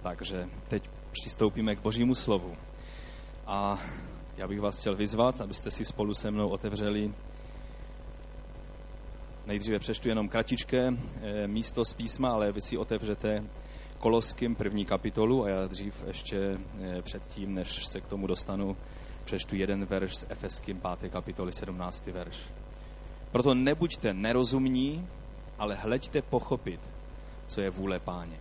Takže teď přistoupíme k Božímu slovu. A já bych vás chtěl vyzvat, abyste si spolu se mnou otevřeli. Nejdříve přečtu jenom kratičké místo z písma, ale vy si otevřete Koloským 1. kapitolu a já dřív ještě předtím, než se k tomu dostanu, přečtu jeden verš z Efeským 5. kapitoly 17. verš. Proto nebuďte nerozumní, ale hleďte pochopit, co je vůle Páně.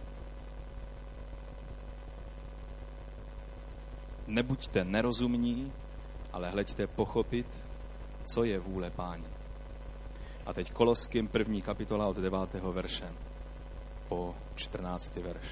Nebuďte nerozumní, ale hleďte pochopit, co je vůle Páně. A teď Koloským 1. kapitola od 9. verše po 14. verš.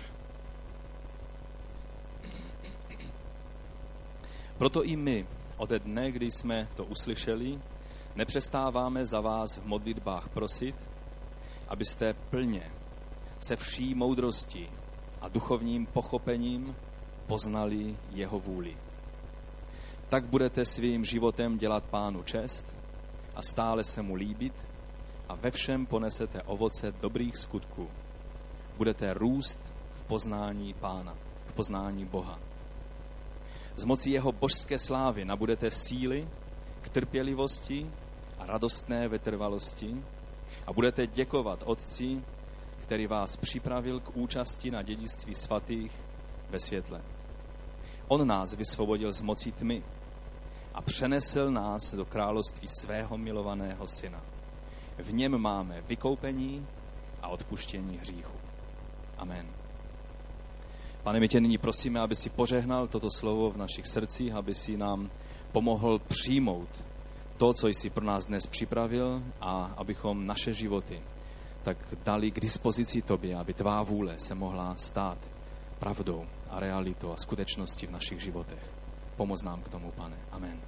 Proto i my ode dne, kdy jsme to uslyšeli, nepřestáváme za vás v modlitbách prosit, abyste plně se vší moudrostí a duchovním pochopením poznali jeho vůli. Tak budete svým životem dělat Pánu čest a stále se mu líbit a ve všem ponesete ovoce dobrých skutků. Budete růst v poznání Pána, v poznání Boha. Z moci jeho božské slávy nabudete síly k trpělivosti a radostné vytrvalosti a budete děkovat Otci, který vás připravil k účasti na dědictví svatých ve světle. On nás vysvobodil z moci tmy a přenesl nás do království svého milovaného syna. V něm máme vykoupení a odpuštění hříchu. Amen. Pane, my tě nyní prosíme, aby si požehnal toto slovo v našich srdcích, aby si nám pomohl přijmout to, co jsi pro nás dnes připravil a abychom naše životy tak dali k dispozici tobě, aby tvá vůle se mohla stát pravdou a realitou a skutečností v našich životech. Pomoz nám k tomu, Pane. Amen.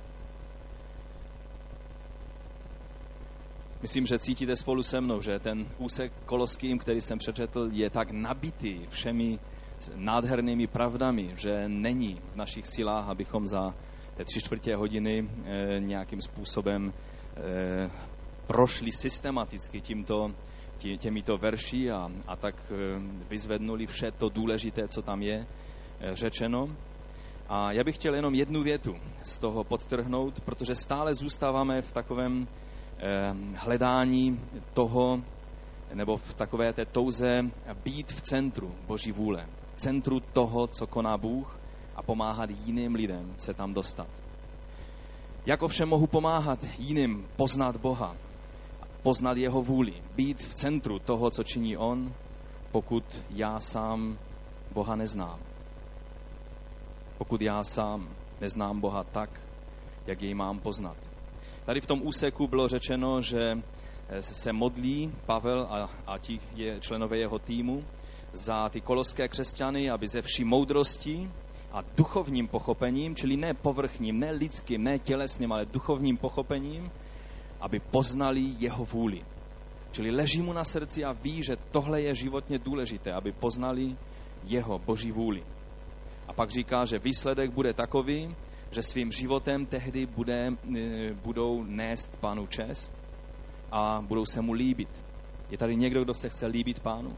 Myslím, že cítíte spolu se mnou, že ten úsek Koloským, který jsem přečetl, je tak nabitý všemi nádhernými pravdami, že není v našich silách, abychom za 3/4 hodiny nějakým způsobem prošli systematicky těmito verši a tak vyzvednuli vše to důležité, co tam je řečeno. A já bych chtěl jenom jednu větu z toho podtrhnout, protože stále zůstáváme v takovém hledání toho, nebo v takové té touze být v centru Boží vůle, v centru toho, co koná Bůh a pomáhat jiným lidem se tam dostat. Jak ovšem mohu pomáhat jiným poznat Boha, poznat jeho vůli, být v centru toho, co činí on, pokud já sám Boha neznám. Pokud já sám neznám Boha tak, jak jej mám poznat. Tady v tom úseku bylo řečeno, že se modlí Pavel a ti členové jeho týmu za ty koloské křesťany, aby ze vší moudrostí a duchovním pochopením, čili ne povrchním, ne lidským, ne tělesným, ale duchovním pochopením, aby poznali jeho vůli. Čili leží mu na srdci a ví, že tohle je životně důležité, aby poznali jeho Boží vůli. A pak říká, že výsledek bude takový, že svým životem tehdy budou nést Pánu čest a budou se mu líbit. Je tady někdo, kdo se chce líbit Pánu?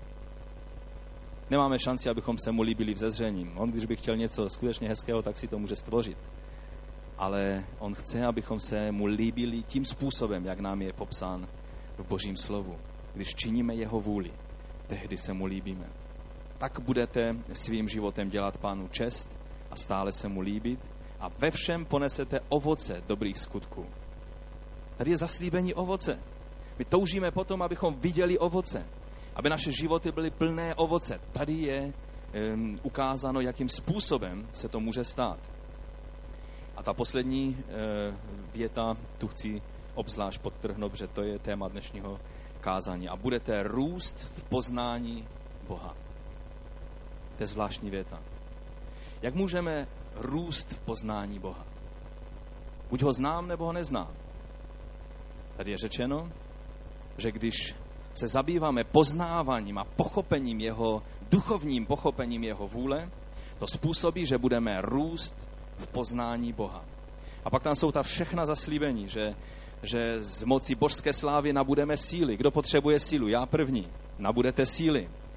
Nemáme šanci, abychom se mu líbili vzezřením. On, když by chtěl něco skutečně hezkého, tak si to může stvořit. Ale on chce, abychom se mu líbili tím způsobem, jak nám je popsán v Božím slovu. Když činíme jeho vůli, tehdy se mu líbíme. Tak budete svým životem dělat Pánu čest a stále se mu líbit a ve všem ponesete ovoce dobrých skutků. Tady je zaslíbení ovoce. My toužíme potom, abychom viděli ovoce, aby naše životy byly plné ovoce. Tady je ukázáno, jakým způsobem se to může stát. A ta poslední věta, tu chci obzvlášť podtrhnout, že to je téma dnešního kázání. A budete růst v poznání Boha. To je zvláštní věta. Jak můžeme růst v poznání Boha? Buď ho znám, nebo ho neznám. Tady je řečeno, že když se zabýváme poznáváním a pochopením jeho, duchovním pochopením jeho vůle, to způsobí, že budeme růst v poznání Boha. A pak tam jsou ta všechna zaslíbení, že z moci božské slávy nabudeme síly. Kdo potřebuje sílu? Já první. Nabudete síly.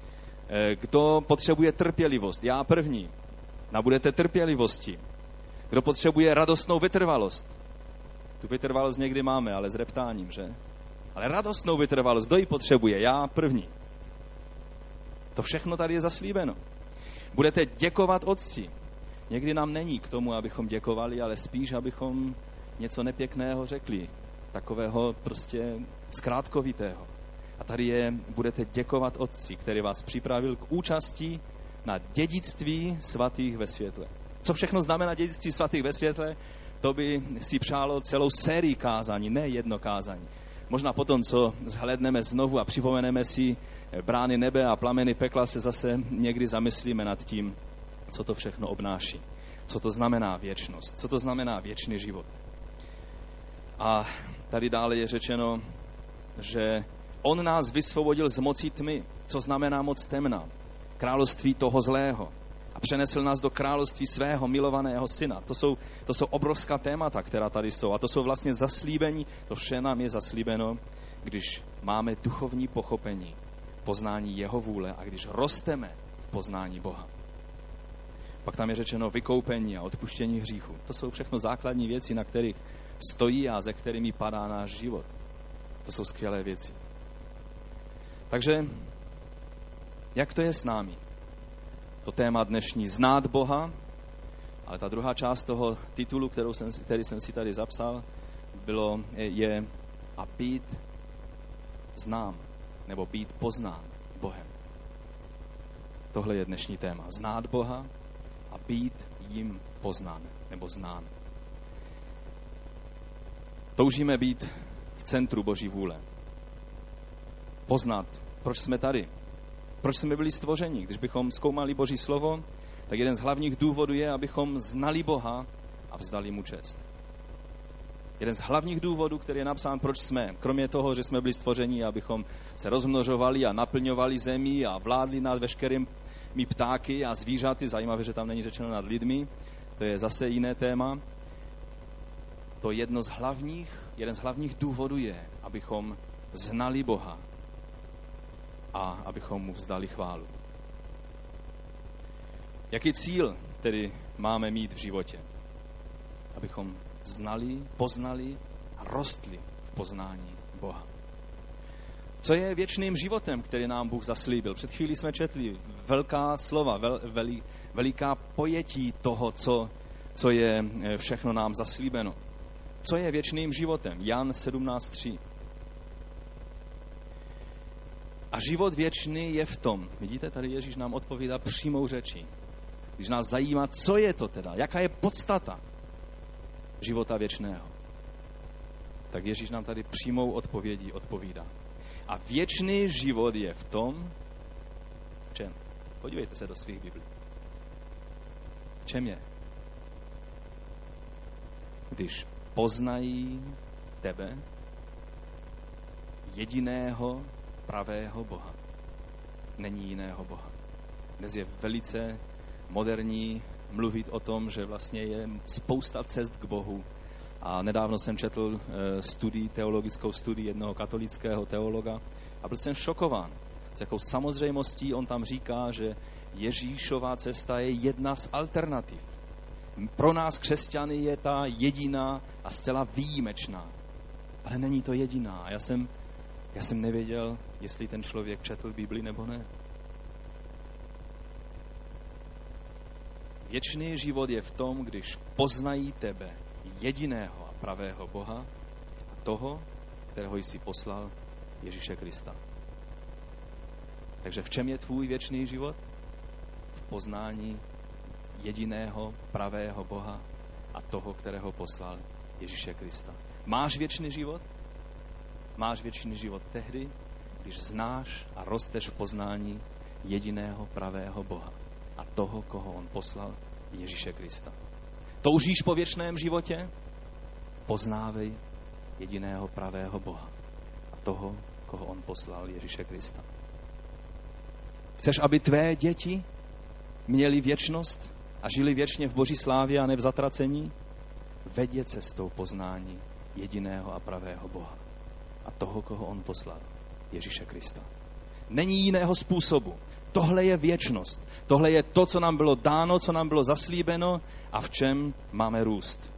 Kdo potřebuje trpělivost? Já první. Nabudete trpělivosti. Kdo potřebuje radostnou vytrvalost? Tu vytrvalost někdy máme, ale s reptáním, že? Ale radostnou vytrvalost, kdo ji potřebuje? Já první. To všechno tady je zaslíbeno. Budete děkovat Otci. Někdy nám není k tomu, abychom děkovali, ale spíš, abychom něco nepěkného řekli. Takového prostě zkrátkovitého. A tady budete děkovat Otci, který vás připravil k účasti na dědictví svatých ve světle. Co všechno znamená dědictví svatých ve světle, to by si přálo celou sérii kázání, ne jedno kázání. Možná potom, co zhlédneme znovu a připomeneme si brány nebe a plameny pekla, se zase někdy zamyslíme nad tím, co to všechno obnáší. Co to znamená věčnost, co to znamená věčný život. A tady dále je řečeno, že on nás vysvobodil z moci tmy, co znamená moc temna, království toho zlého, a přenesl nás do království svého milovaného syna. To jsou obrovská témata, která tady jsou. A to jsou vlastně zaslíbení, to vše nám je zaslíbeno, když máme duchovní pochopení, poznání jeho vůle a když rosteme v poznání Boha. Pak tam je řečeno vykoupení a odpuštění hříchu. To jsou všechno základní věci, na kterých stojí a ze kterými padá náš život. To jsou skvělé věci. Takže, jak to je s námi? To téma dnešní znát Boha, ale ta druhá část toho titulu, který jsem si tady zapsal, je a být znám, nebo být poznán Bohem. Tohle je dnešní téma. Znát Boha a být jim poznán, nebo znán. Toužíme být v centru Boží vůle. Poznat, proč jsme tady. Proč jsme byli stvořeni? Když bychom zkoumali Boží slovo, tak jeden z hlavních důvodů je, abychom znali Boha a vzdali mu čest. Jeden z hlavních důvodů, který je napsán, proč jsme, kromě toho, že jsme byli stvořeni, abychom se rozmnožovali a naplňovali zemi a vládli nad veškerými ptáky a zvířaty, zajímavé, že tam není řečeno nad lidmi, to je zase jiné téma. To jeden z hlavních důvodů je, abychom znali Boha a abychom mu vzdali chválu. Jaký cíl tedy máme mít v životě? Abychom znali, poznali a rostli v poznání Boha. Co je věčným životem, který nám Bůh zaslíbil? Před chvílí jsme četli velká slova, veliká pojetí toho, co je všechno nám zaslíbeno. Co je věčným životem? Jan 17:3. A život věčný je v tom. Vidíte, tady Ježíš nám odpovídá přímou řečí. Když nás zajímá, co je to teda, jaká je podstata života věčného, tak Ježíš nám tady přímou odpovědí odpovídá. A věčný život je v tom, v čem? Podívejte se do svých Biblí. V čem je? Když poznají tebe, jediného pravého Boha. Není jiného Boha. Dnes je velice moderní mluvit o tom, že vlastně je spousta cest k Bohu. A nedávno jsem četl teologickou studii jednoho katolického teologa a byl jsem šokován. S jakou samozřejmostí on tam říká, že Ježíšova cesta je jedna z alternativ. Pro nás křesťany je ta jediná a zcela výjimečná. Ale není to jediná. Já jsem nevěděl, jestli ten člověk četl Bibli nebo ne. Věčný život je v tom, když poznají tebe, jediného a pravého Boha, a toho, kterého jsi poslal, Ježíše Krista. Takže v čem je tvůj věčný život? V poznání jediného pravého Boha a toho, kterého poslal, Ježíše Krista. Máš věčný život? Máš věčný život tehdy, když znáš a rosteš v poznání jediného pravého Boha a toho, koho on poslal, Ježíše Krista. Toužíš po věčném životě? Poznávej jediného pravého Boha a toho, koho on poslal, Ježíše Krista. Chceš, aby tvé děti měli věčnost a žili věčně v Boží slávě a ne v zatracení? Veď je cestou poznání jediného a pravého Boha a toho, koho on poslal, Ježíše Krista. Není jiného způsobu. Tohle je věčnost. Tohle je to, co nám bylo dáno, co nám bylo zaslíbeno a v čem máme růst.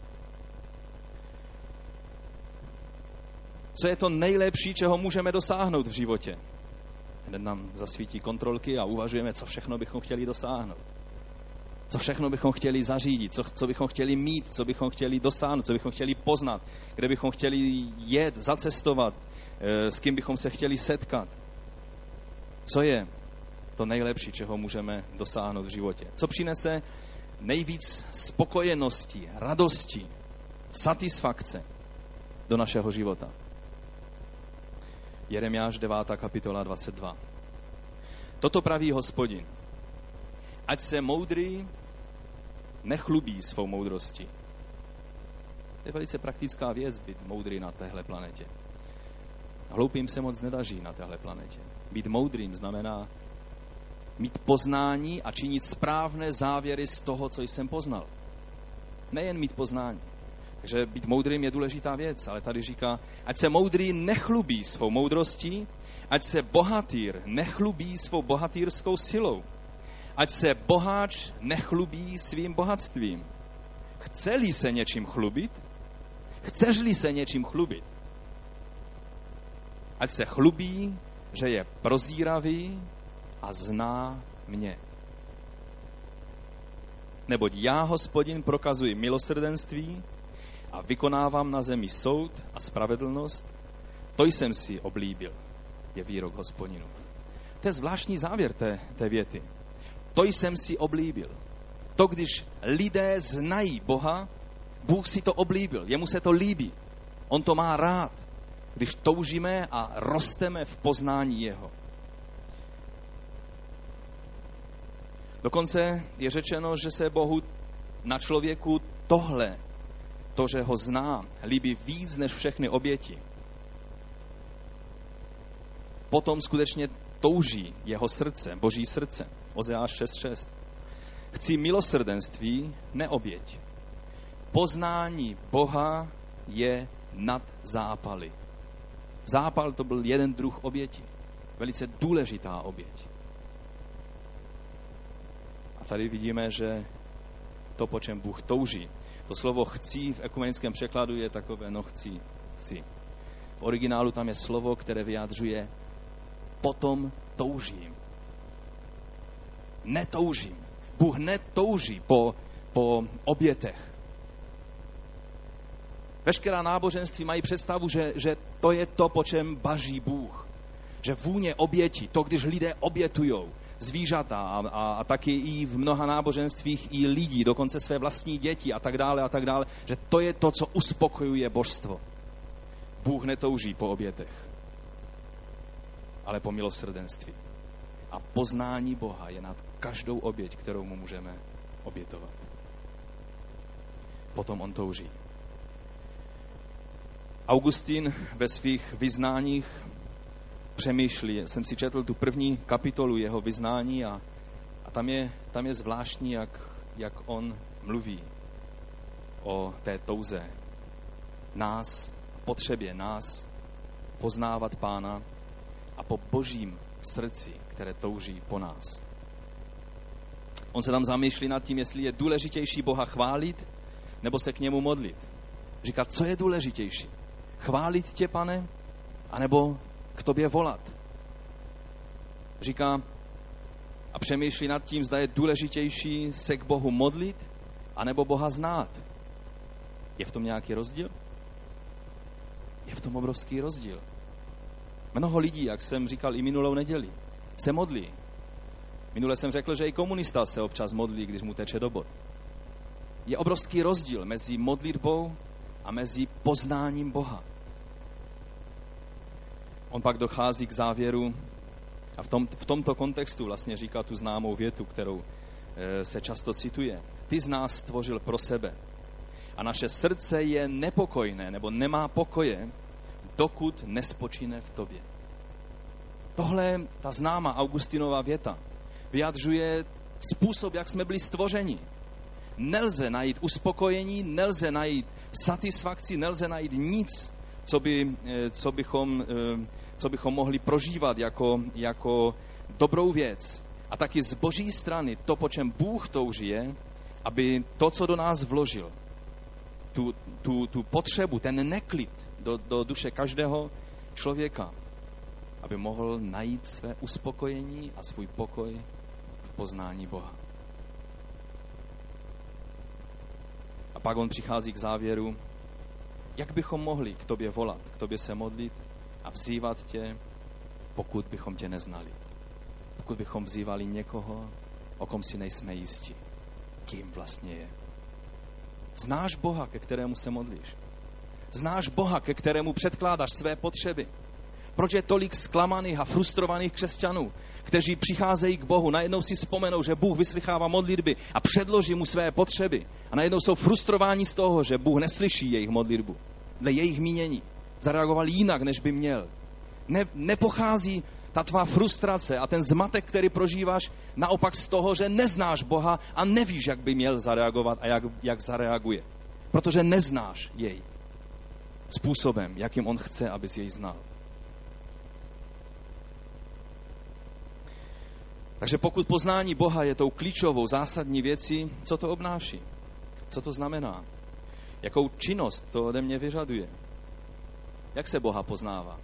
Co je to nejlepší, čeho můžeme dosáhnout v životě? Hned nám zasvítí kontrolky a uvažujeme, co všechno bychom chtěli dosáhnout. Co všechno bychom chtěli zařídit, co bychom chtěli mít, co bychom chtěli dosáhnout, co bychom chtěli poznat, kde bychom chtěli jet, zacestovat, s kým bychom se chtěli setkat. Co je to nejlepší, čeho můžeme dosáhnout v životě? Co přinese nejvíc spokojenosti, radosti, satisfakce do našeho života? Jeremiáš 9. kapitola 22. Toto praví Hospodin. Ať se moudrý nechlubí svou moudrostí. To je velice praktická věc, být moudrý na téhle planetě. Hloupým se moc nedaří na téhle planetě. Být moudrým znamená mít poznání a činit správné závěry z toho, co jsem poznal. Nejen mít poznání. Takže být moudrým je důležitá věc, ale tady říká, ať se moudrý nechlubí svou moudrostí, ať se bohatýr nechlubí svou bohatýrskou silou, ať se boháč nechlubí svým bohatstvím. Chce-li se něčím chlubit? Chceš-li se něčím chlubit? Ať se chlubí, že je prozíravý a zná mě. Neboť já, Hospodin, prokazuji milosrdenství a vykonávám na zemi soud a spravedlnost, to jsem si oblíbil, je výrok Hospodinův. To je zvláštní závěr té věty. To jsem si oblíbil. To, když lidé znají Boha, Bůh si to oblíbil, jemu se to líbí. On to má rád, když toužíme a rosteme v poznání jeho. Dokonce je řečeno, že se Bohu na člověku tohle, to, že ho zná, líbí víc než všechny oběti. Potom skutečně touží jeho srdce, Boží srdce. Ozeáš 6.6. Chci milosrdenství, ne oběť. Poznání Boha je nad zápaly. Zápal to byl jeden druh oběti. Velice důležitá oběť. A tady vidíme, že to, po čem Bůh touží, to slovo chci v ekumenickém překladu je takové, chci. V originálu tam je slovo, které vyjadřuje potom toužím. Netoužím. Bůh netouží po obětech. Veškerá náboženství mají představu, že to je to, po čem baží Bůh. Že vůně oběti, to, když lidé obětujou zvířata a taky i v mnoha náboženstvích i lidí, dokonce své vlastní děti a tak dále, že to je to, co uspokojuje božstvo. Bůh netouží po obětech, ale po milosrdenství. A poznání Boha je nad každou oběť, kterou mu můžeme obětovat. Potom on touží. Augustín ve svých vyznáních přemýšlí, jsem si četl tu první kapitolu jeho vyznání a tam je zvláštní, jak on mluví o té touze nás, potřebě nás poznávat Pána a po Božím srdci, které touží po nás. On se tam zamýšlí nad tím, jestli je důležitější Boha chválit, nebo se k němu modlit. Říká, co je důležitější? Chválit tě, Pane, anebo k tobě volat? Říká a přemýšlí nad tím, zda je důležitější se k Bohu modlit, anebo Boha znát. Je v tom nějaký rozdíl? Je v tom obrovský rozdíl. Mnoho lidí, jak jsem říkal i minulou neděli, se modlí. Minule jsem řekl, že i komunista se občas modlí, když mu teče do bod. Je obrovský rozdíl mezi modlitbou a mezi poznáním Boha. On pak dochází k závěru a v tomto kontextu vlastně říká tu známou větu, kterou se často cituje. Ty z nás stvořil pro sebe a naše srdce je nepokojné nebo nemá pokoje, dokud nespočine v tobě. Tohle, ta známá Augustinova věta, vyjadřuje způsob, jak jsme byli stvořeni. Nelze najít uspokojení, nelze najít satisfakci, nelze najít nic, co bychom mohli prožívat jako dobrou věc. A taky z Boží strany to, po čem Bůh touží, je, aby to, co do nás vložil, tu potřebu, ten neklid do duše každého člověka, aby mohl najít své uspokojení a svůj pokoj v poznání Boha. A pak on přichází k závěru, jak bychom mohli k tobě volat, k tobě se modlit a vzývat tě, pokud bychom tě neznali. Pokud bychom vzývali někoho, o kom si nejsme jistí, kým vlastně je. Znáš Boha, ke kterému se modlíš? Znáš Boha, ke kterému předkládáš své potřeby? Proč je tolik zklamaných a frustrovaných křesťanů, kteří přicházejí k Bohu, najednou si vzpomenou, že Bůh vyslychává modlitby a předloží mu své potřeby. A najednou jsou frustrováni z toho, že Bůh neslyší jejich modlitbu. Dle jejich mínění. Zareagoval jinak, než by měl. Nepochází ta tvá frustrace a ten zmatek, který prožíváš, naopak z toho, že neznáš Boha a nevíš, jak by měl zareagovat a jak zareaguje. Protože neznáš jej způsobem, jakým on chce, abys jej znal. Takže pokud poznání Boha je tou klíčovou, zásadní věcí, co to obnáší? Co to znamená? Jakou činnost to ode mě vyžaduje? Jak se Boha poznává?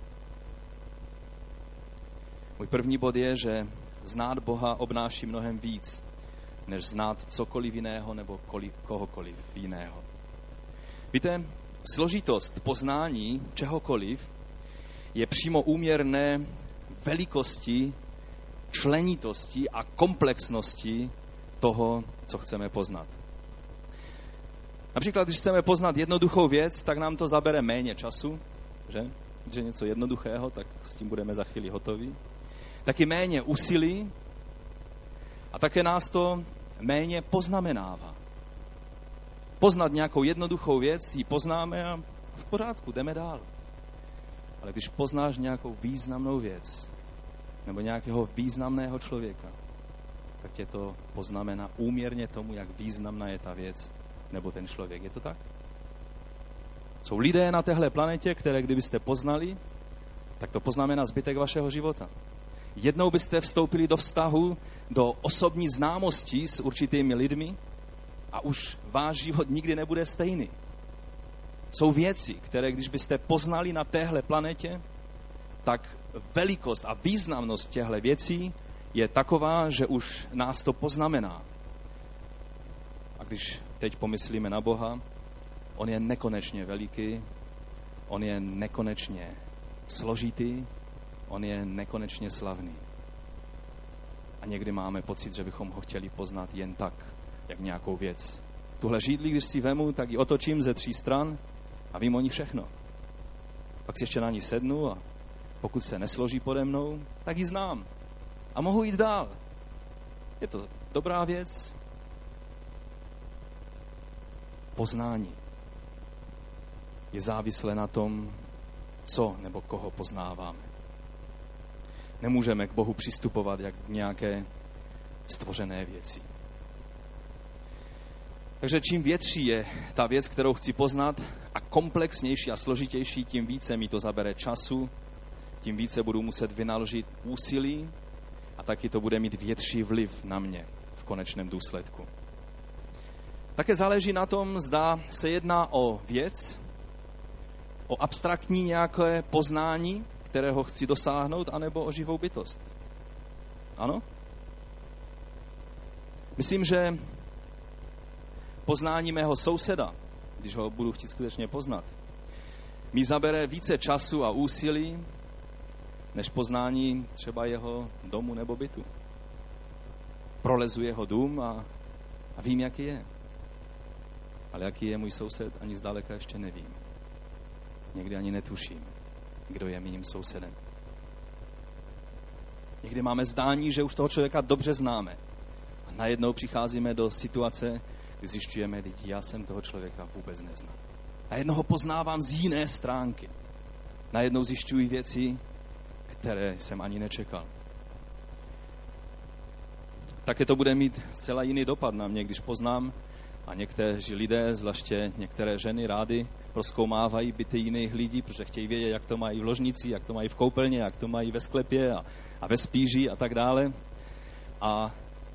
Můj první bod je, že znát Boha obnáší mnohem víc, než znát cokoliv jiného nebo kohokoliv jiného. Víte, složitost poznání čehokoliv je přímo úměrné velikosti, členitosti a komplexnosti toho, co chceme poznat. Například, když chceme poznat jednoduchou věc, tak nám to zabere méně času, že? Že něco jednoduchého, tak s tím budeme za chvíli hotoví. Taky méně úsilí a také nás to méně poznamenává. Poznat nějakou jednoduchou věc, ji poznáme a v pořádku, jdeme dál. Ale když poznáš nějakou významnou věc nebo nějakého významného člověka, tak tě to poznamená úměrně tomu, jak významná je ta věc nebo ten člověk. Je to tak? Jsou lidé na téhle planetě, které kdybyste poznali, tak to poznamená zbytek vašeho života. Jednou byste vstoupili do vztahu, do osobní známosti s určitými lidmi a už váš život nikdy nebude stejný. Jsou věci, které když byste poznali na téhle planetě, tak velikost a významnost těchto věcí je taková, že už nás to poznamená. A když teď pomyslíme na Boha, on je nekonečně veliký, on je nekonečně složitý, on je nekonečně slavný. A někdy máme pocit, že bychom ho chtěli poznat jen tak, jak nějakou věc. Tuhle židli, když si vemu, tak ji otočím ze 3 stran a vím o ní všechno. Pak si ještě na ní sednu a pokud se nesloží pode mnou, tak ji znám. A mohu jít dál. Je to dobrá věc. Poznání je závislé na tom, co nebo koho poznáváme. Nemůžeme k Bohu přistupovat jak k nějaké stvořené věci. Takže čím větší je ta věc, kterou chci poznat, a komplexnější a složitější, tím více mi to zabere času, tím více budu muset vynaložit úsilí a taky to bude mít větší vliv na mě v konečném důsledku. Také záleží na tom, zda se jedná o věc, o abstraktní nějaké poznání, kterého chci dosáhnout, anebo o živou bytost. Ano? Myslím, že poznání mého souseda, když ho budu chtít skutečně poznat, mi zabere více času a úsilí, než poznání třeba jeho domu nebo bytu. Prolezu jeho dům a vím, jaký je. Ale jaký je můj soused, ani zdaleka ještě nevím. Někdy ani netuším, kdo je mým sousedem. Někdy máme zdání, že už toho člověka dobře známe. A najednou přicházíme do situace, kdy zjišťujeme, že já jsem toho člověka vůbec neznal. Najednou ho poznávám z jiné stránky. Najednou zjišťuji věci, které jsem ani nečekal. Také to bude mít zcela jiný dopad na mě, když poznám A někteří lidé, zvláště některé ženy, rády prozkoumávají byty jiných lidí, protože chtějí vědět, jak to mají v ložnici, jak to mají v koupelně, jak to mají ve sklepě a ve spíži a tak dále. A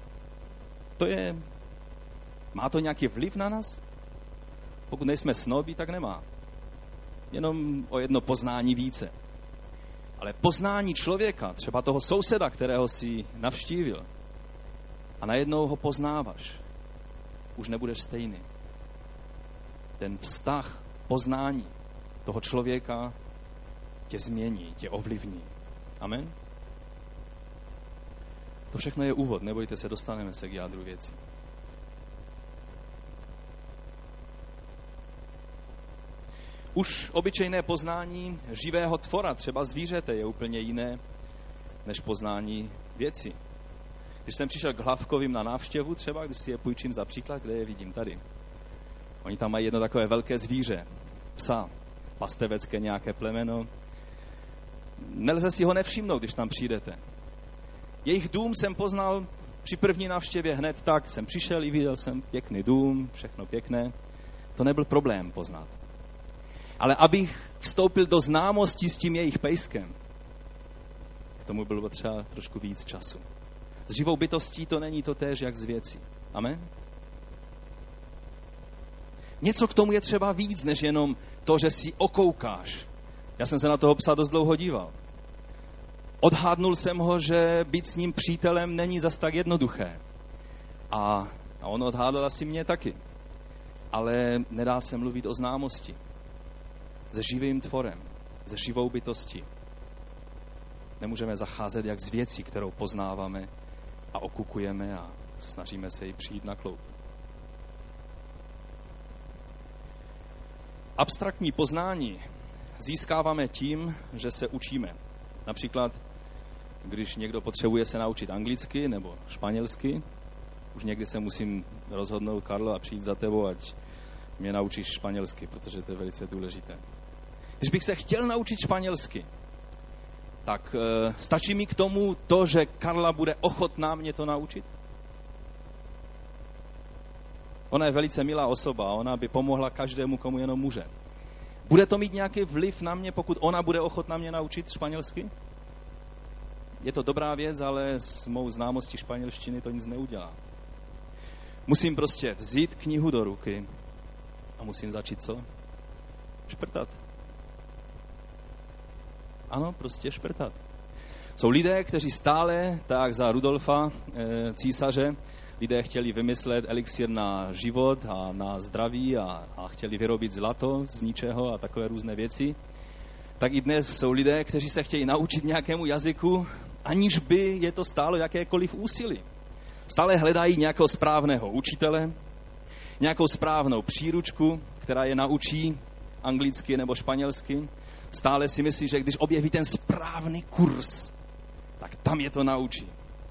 má to nějaký vliv na nás? Pokud nejsme snobí, tak nemá. Jenom o jedno poznání více. Ale poznání člověka, třeba toho souseda, kterého si navštívil, a najednou ho poznáváš, už nebudeš stejný. Ten vztah, poznání toho člověka tě změní, tě ovlivní. Amen? To všechno je úvod, nebojte se, dostaneme se k jádru věcí. Už obyčejné poznání živého tvora, třeba zvířete, je úplně jiné než poznání věcí. Když jsem přišel k Hlavkovým na návštěvu, třeba, když si je půjčím za příklad, kde je vidím tady. Oni tam mají jedno takové velké zvíře, psa, pastevecké nějaké plemeno. Nelze si ho nevšimnout, když tam přijdete. Jejich dům jsem poznal při první návštěvě hned tak. Jsem přišel i viděl jsem pěkný dům, všechno pěkné. To nebyl problém poznat. Ale abych vstoupil do známosti s tím jejich pejskem, k tomu bylo třeba trošku víc času. S živou bytostí to není to též, jak s věcí. Amen? Něco k tomu je třeba víc, než jenom to, že si okoukáš. Já jsem se na toho psa dost dlouho díval. Odhádnul jsem ho, že být s ním přítelem není zas tak jednoduché. A on odhádl asi mě taky. Ale nedá se mluvit o známosti. Se živým tvorem, se živou bytostí. Nemůžeme zacházet jak z věcí, kterou poznáváme a okukujeme a snažíme se jí přijít na kloub. Abstraktní poznání získáváme tím, že se učíme. Například, když někdo potřebuje se naučit anglicky nebo španělsky, už někdy se musím rozhodnout, Karlo, a přijít za tebou, ať mě naučíš španělsky, protože to je velice důležité. Když bych se chtěl naučit španělsky, tak stačí mi k tomu to, že Karla bude ochotná mě to naučit? Ona je velice milá osoba, ona by pomohla každému, komu jenom může. Bude to mít nějaký vliv na mě, pokud ona bude ochotná mě naučit španělsky? Je to dobrá věc, ale s mou známostí španělštiny to nic neudělá. Musím prostě vzít knihu do ruky a musím začít co? Šprtat. Ano, prostě šprtat. Jsou lidé, kteří stále, tak za Rudolfa, císaře, lidé chtěli vymyslet elixír na život a na zdraví a chtěli vyrobit zlato z ničeho a takové různé věci. Tak i dnes jsou lidé, kteří se chtějí naučit nějakému jazyku, aniž by je to stálo jakékoliv úsilí. Stále hledají nějakého správného učitele, nějakou správnou příručku, která je naučí anglicky nebo španělsky. Stále si myslí, že když objeví ten správný kurz, tak tam je to naučí.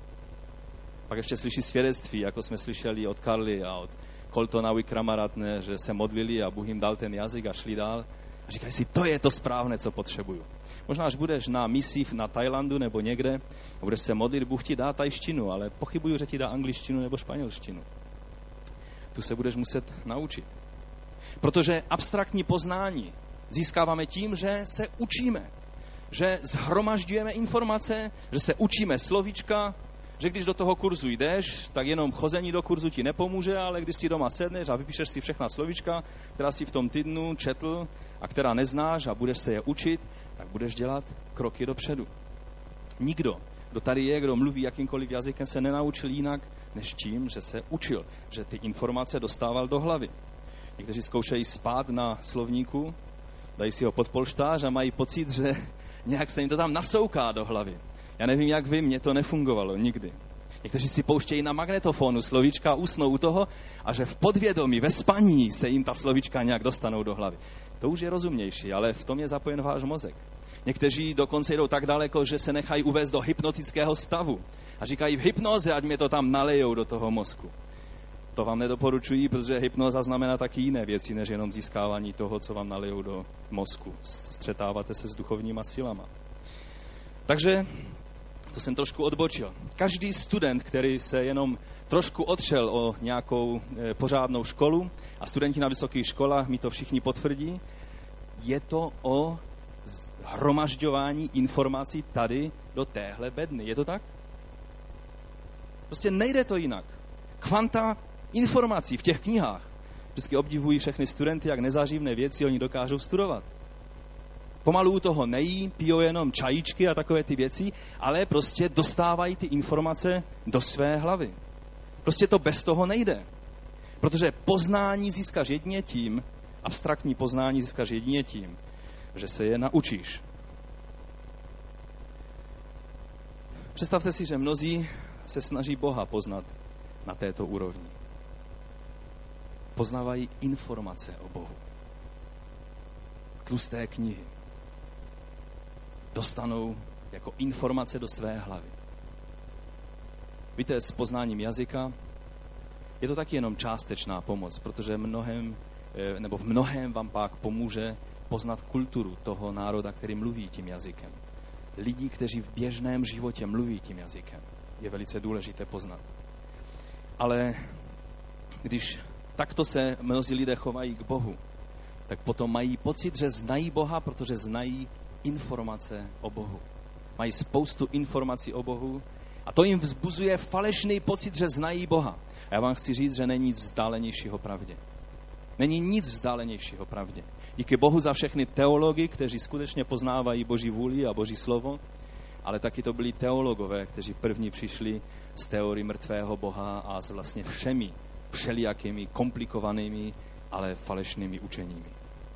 Pak ještě slyší svědectví, jako jsme slyšeli od Karly a od Coltona Wickramaratne, že se modlili a Bůh jim dal ten jazyk a šli dál. A říkají si, to je to správné, co potřebuju. Možná, až budeš na misi na Tajlandu nebo někde a budeš se modlit, Bůh ti dá tajštinu, ale pochybuju, že ti dá angličtinu nebo španělštinu. Tu se budeš muset naučit. Protože abstraktní poznání získáváme tím, že se učíme. Že shromažďujeme informace, že se učíme slovíčka, že když do toho kurzu jdeš, tak jenom chození do kurzu ti nepomůže, ale když si doma sedneš a vypíšeš si všechna slovíčka, která si v tom týdnu četl a která neznáš a budeš se je učit, tak budeš dělat kroky dopředu. Nikdo, kdo tady je, kdo mluví jakýmkoliv jazykem, se nenaučil jinak, než tím, že se učil, že ty informace dostával do hlavy. Někteří zkoušejí spát na slovníku, dají si ho pod polštář a mají pocit, že nějak se jim to tam nasouká do hlavy. Já nevím, jak vy, mně to nefungovalo nikdy. Někteří si pouštějí na magnetofonu slovíčka a usnou u toho a že v podvědomí, ve spaní se jim ta slovíčka nějak dostanou do hlavy. To už je rozumnější, ale v tom je zapojen váš mozek. Někteří dokonce jdou tak daleko, že se nechají uvést do hypnotického stavu a říkají v hypnoze, ať mě to tam nalejou do toho mozku. To vám nedoporučuji, protože hypnoza znamená taky jiné věci, než jenom získávání toho, co vám nalejou do mozku. Střetáváte se s duchovníma silama. Takže to jsem trošku odbočil. Každý student, který se jenom trošku odšel o nějakou pořádnou školu a studenti na vysokých školách mi to všichni potvrdí, je to o hromažďování informací tady do téhle bedny. Je to tak? Prostě nejde to jinak. Kvanta informací v těch knihách. Vždycky obdivují všechny studenty, jak nezáživné věci oni dokážou studovat. Pomalu u toho nejí, pijou jenom čajíčky a takové ty věci, ale prostě dostávají ty informace do své hlavy. Prostě to bez toho nejde. Protože poznání získáš jedině tím, abstraktní poznání získáš jedině tím, že se je naučíš. Představte si, že mnozí se snaží Boha poznat na této úrovni. Poznávají informace o Bohu. Tlusté knihy. Dostanou jako informace do své hlavy. Víte, s poznáním jazyka je to taky jenom částečná pomoc, protože v mnohém vám pak pomůže poznat kulturu toho národa, který mluví tím jazykem. Lidí, kteří v běžném životě mluví tím jazykem, je velice důležité poznat. Ale když takto se mnozí lidé chovají k Bohu, tak potom mají pocit, že znají Boha, protože znají informace o Bohu. Mají spoustu informací o Bohu a to jim vzbuzuje falešný pocit, že znají Boha. A já vám chci říct, že není nic vzdálenějšího pravdě. Není nic vzdálenějšího pravdě. Díky Bohu za všechny teology, kteří skutečně poznávají Boží vůli a Boží slovo, ale taky to byli teologové, kteří první přišli z teorii mrtvého Boha a s vlastně všelijakými komplikovanými, ale falešnými učeními.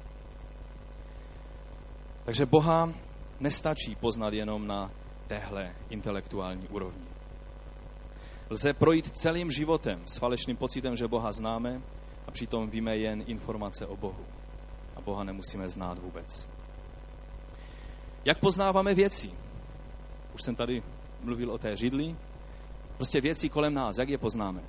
Takže Boha nestačí poznat jenom na téhle intelektuální úrovni. Lze projít celým životem s falešným pocitem, že Boha známe a přitom víme jen informace o Bohu. A Boha nemusíme znát vůbec. Jak poznáváme věci? Už jsem tady mluvil o té židli. Prostě věci kolem nás, jak je poznáme?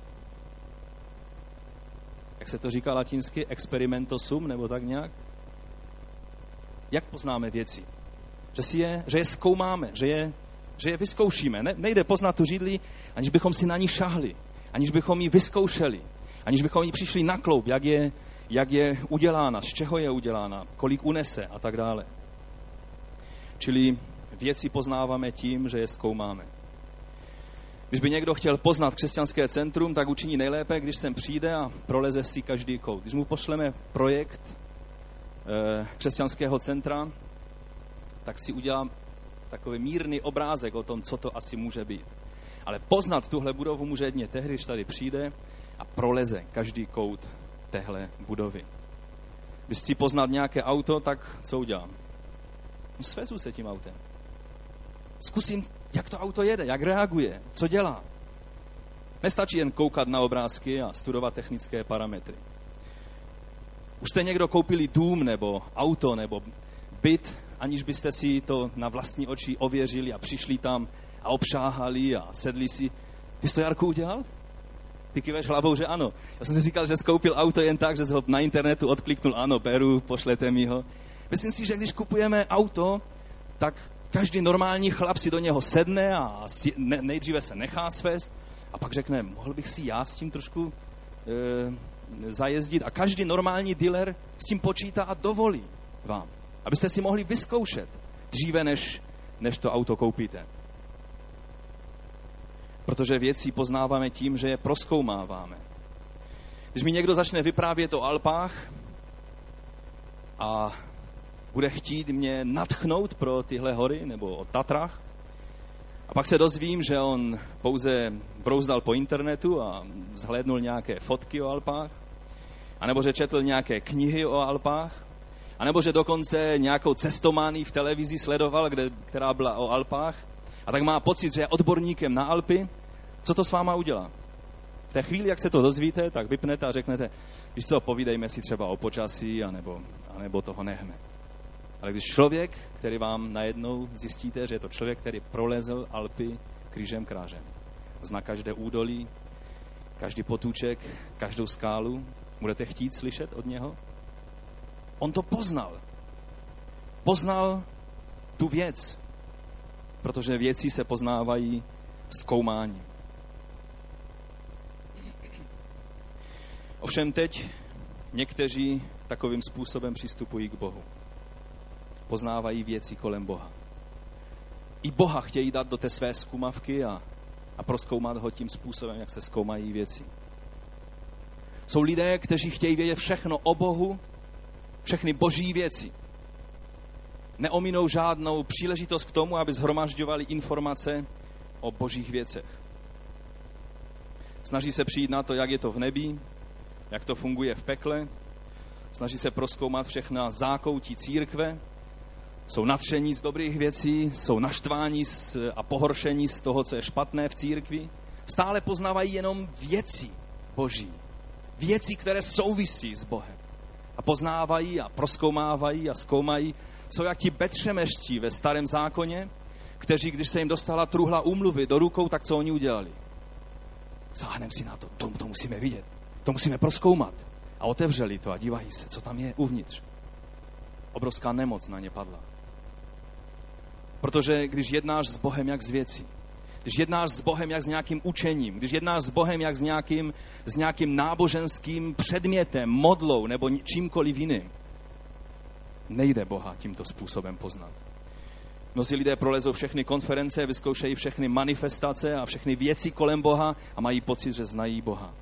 Jak se to říká latinsky? Experimento sum, nebo tak nějak? Jak poznáme věci? Že je zkoumáme, že je vyzkoušíme. Nejde poznat tu židli, aniž bychom si na ní šahli, aniž bychom ji vyzkoušeli, aniž bychom ji přišli na kloub, jak je udělána, z čeho je udělána, kolik unese a tak dále. Čili věci poznáváme tím, že je zkoumáme. Když by někdo chtěl poznat křesťanské centrum, tak učiní nejlépe, když sem přijde a proleze si každý kout. Když mu pošleme projekt křesťanského centra, tak si udělá takový mírný obrázek o tom, co to asi může být. Ale poznat tuhle budovu může jedně tehdy, když tady přijde a proleze každý kout téhle budovy. Když chci poznat nějaké auto, tak co udělám? Svezu se tím autem. Zkusím, jak to auto jede, jak reaguje, co dělá. Nestačí jen koukat na obrázky a studovat technické parametry. Už jste někdo koupili dům nebo auto nebo byt, aniž byste si to na vlastní oči ověřili a přišli tam a obšáhali a sedli si. Ty jsi to, Jarku, udělal? Ty kýveš hlavou, že ano. Já jsem si říkal, že jsi koupil auto jen tak, že jsi ho na internetu odkliknul, ano, beru, pošlete mi ho. Myslím si, že když kupujeme auto, tak každý normální chlap si do něho sedne a nejdříve se nechá svést a pak řekne, mohl bych si já s tím trošku zajezdit. A každý normální dealer s tím počítá a dovolí vám, abyste si mohli vyzkoušet dříve, než to auto koupíte. Protože věci poznáváme tím, že je prozkoumáváme. Když mi někdo začne vyprávět o Alpách a bude chtít mě nadchnout pro tyhle hory nebo o Tatrách, a pak se dozvím, že on pouze brouzdal po internetu a zhlédnul nějaké fotky o Alpách, anebo že četl nějaké knihy o Alpách, anebo že dokonce nějakou cestománii v televizi sledoval, která byla o Alpách, a tak má pocit, že je odborníkem na Alpy. Co to s váma udělá? V té chvíli, jak se to dozvíte, tak vypnete a řeknete, víš co, povídejme si třeba o počasí, anebo toho nechme. Ale když člověk, který vám najednou zjistíte, že je to člověk, který prolezl Alpy křížem krážem, zná každé údolí, každý potůček, každou skálu, budete chtít slyšet od něho? On to poznal. Poznal tu věc, protože věci se poznávají zkoumáním. Ovšem teď někteří takovým způsobem přistupují k Bohu. Poznávají věci kolem Boha. I Boha chtějí dát do té své zkumavky a prozkoumat ho tím způsobem, jak se zkoumají věci. Jsou lidé, kteří chtějí vědět všechno o Bohu, všechny boží věci. Neominou žádnou příležitost k tomu, aby shromažďovali informace o božích věcech. Snaží se přijít na to, jak je to v nebi, jak to funguje v pekle. Snaží se prozkoumat všechna zákoutí církve. Jsou nadšení z dobrých věcí, jsou naštváni a pohoršení z toho, co je špatné v církvi. Stále poznávají jenom věci boží. Věci, které souvisí s Bohem. A poznávají a prozkoumávají a zkoumají. Jsou jak ti betřemešti ve Starém zákoně, kteří, když se jim dostala truhla úmluvy do rukou, tak co oni udělali? Sáhnem si na to, to musíme vidět, to musíme prozkoumat. A otevřeli to a dívají se, co tam je uvnitř. Obrovská nemoc na ně padla. Protože když jednáš s Bohem jak s věcí, když jednáš s Bohem jak s nějakým učením, když jednáš s Bohem jak s nějakým náboženským předmětem, modlou nebo čímkoliv jiným, nejde Boha tímto způsobem poznat. Mnozí lidé prolezou všechny konference, vyzkoušejí všechny manifestace a všechny věci kolem Boha a mají pocit, že znají Boha.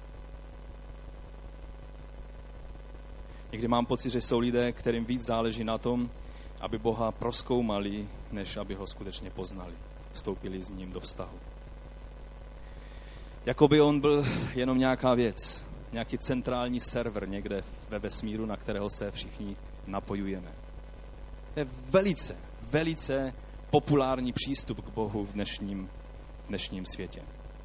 Někdy mám pocit, že jsou lidé, kterým víc záleží na tom, aby Boha prozkoumali, než aby ho skutečně poznali. Vstoupili s ním do vztahu. Jakoby on byl jenom nějaká věc, nějaký centrální server někde ve vesmíru, na kterého se všichni napojujeme. To je velice populární přístup k Bohu v dnešním světě.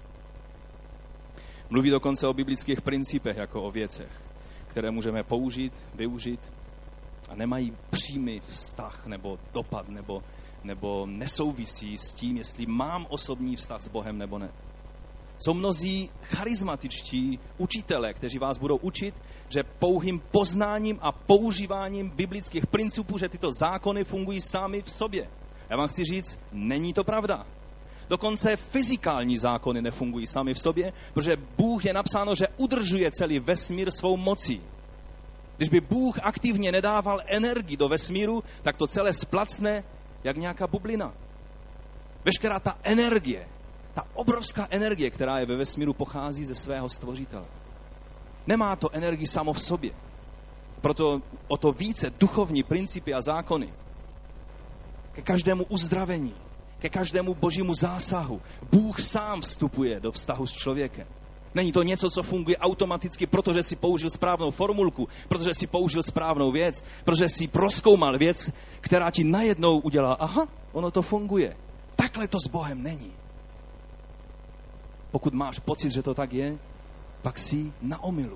Mluví dokonce o biblických principech jako o věcech, které můžeme použít, využít a nemají přímý vztah nebo dopad nebo nesouvisí s tím, jestli mám osobní vztah s Bohem nebo ne. Jsou mnozí charismatičtí učitelé, kteří vás budou učit, že pouhým poznáním a používáním biblických principů, že tyto zákony fungují sami v sobě. Já vám chci říct, není to pravda. Dokonce fyzikální zákony nefungují sami v sobě, protože Bůh je napsáno, že udržuje celý vesmír svou mocí. Když by Bůh aktivně nedával energii do vesmíru, tak to celé splacne jak nějaká bublina. Veškerá ta energie, ta obrovská energie, která je ve vesmíru, pochází ze svého stvořitele. Nemá to energii samo v sobě. Proto o to více duchovní principy a zákony. Ke každému uzdravení, ke každému božímu zásahu Bůh sám vstupuje do vztahu s člověkem. Není to něco, co funguje automaticky, protože si použil správnou formulku, protože si použil správnou věc, protože si prozkoumal věc, která ti najednou udělá, aha, ono to funguje. Takhle to s Bohem není. Pokud máš pocit, že to tak je, pak jsi na omylu.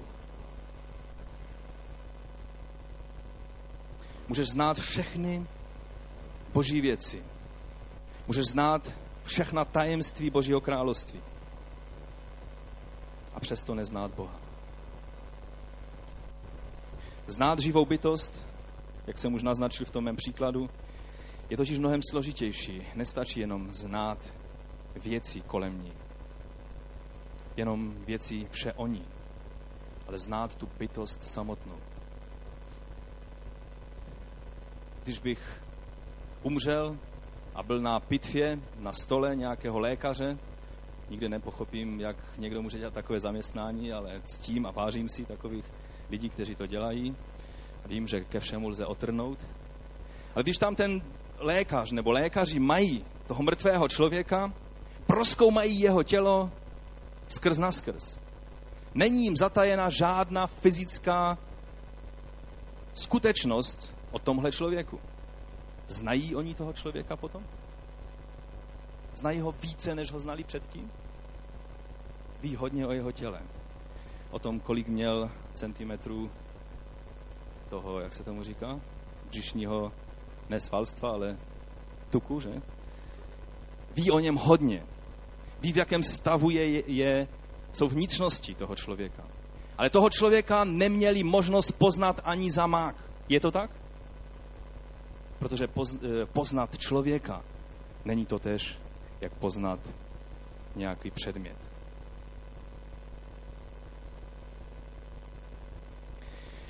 Můžeš znát všechny boží věci. Můžeš znát všechna tajemství Božího království. A přesto neznát Boha. Znát živou bytost, jak jsem už naznačil v tom mém příkladu, je totiž mnohem složitější. Nestačí jenom znát věci kolem ní. Jenom věci vše o ní. Ale znát tu bytost samotnou. Když bych umřel a byl na pitvě, na stole nějakého lékaře, nikdy nepochopím, jak někdo může dělat takové zaměstnání, ale ctím a vážím si takových lidí, kteří to dělají. Vím, že ke všemu lze otrhnout. Ale když tam ten lékař nebo lékaři mají toho mrtvého člověka, prozkoumají jeho tělo skrz na skrz. Není jim zatajena žádná fyzická skutečnost o tomhle člověku. Znají oni toho člověka potom? Znají ho více, než ho znali předtím? Ví hodně o jeho těle. O tom, kolik měl centimetrů toho, jak se tomu říká, břišního, ne svalstva, ale tuku, že? Ví o něm hodně. Ví, v jakém stavu jsou vnitřnosti toho člověka. Ale toho člověka neměli možnost poznat ani za mák. Je to tak? Protože poznat člověka není to též, jak poznat nějaký předmět.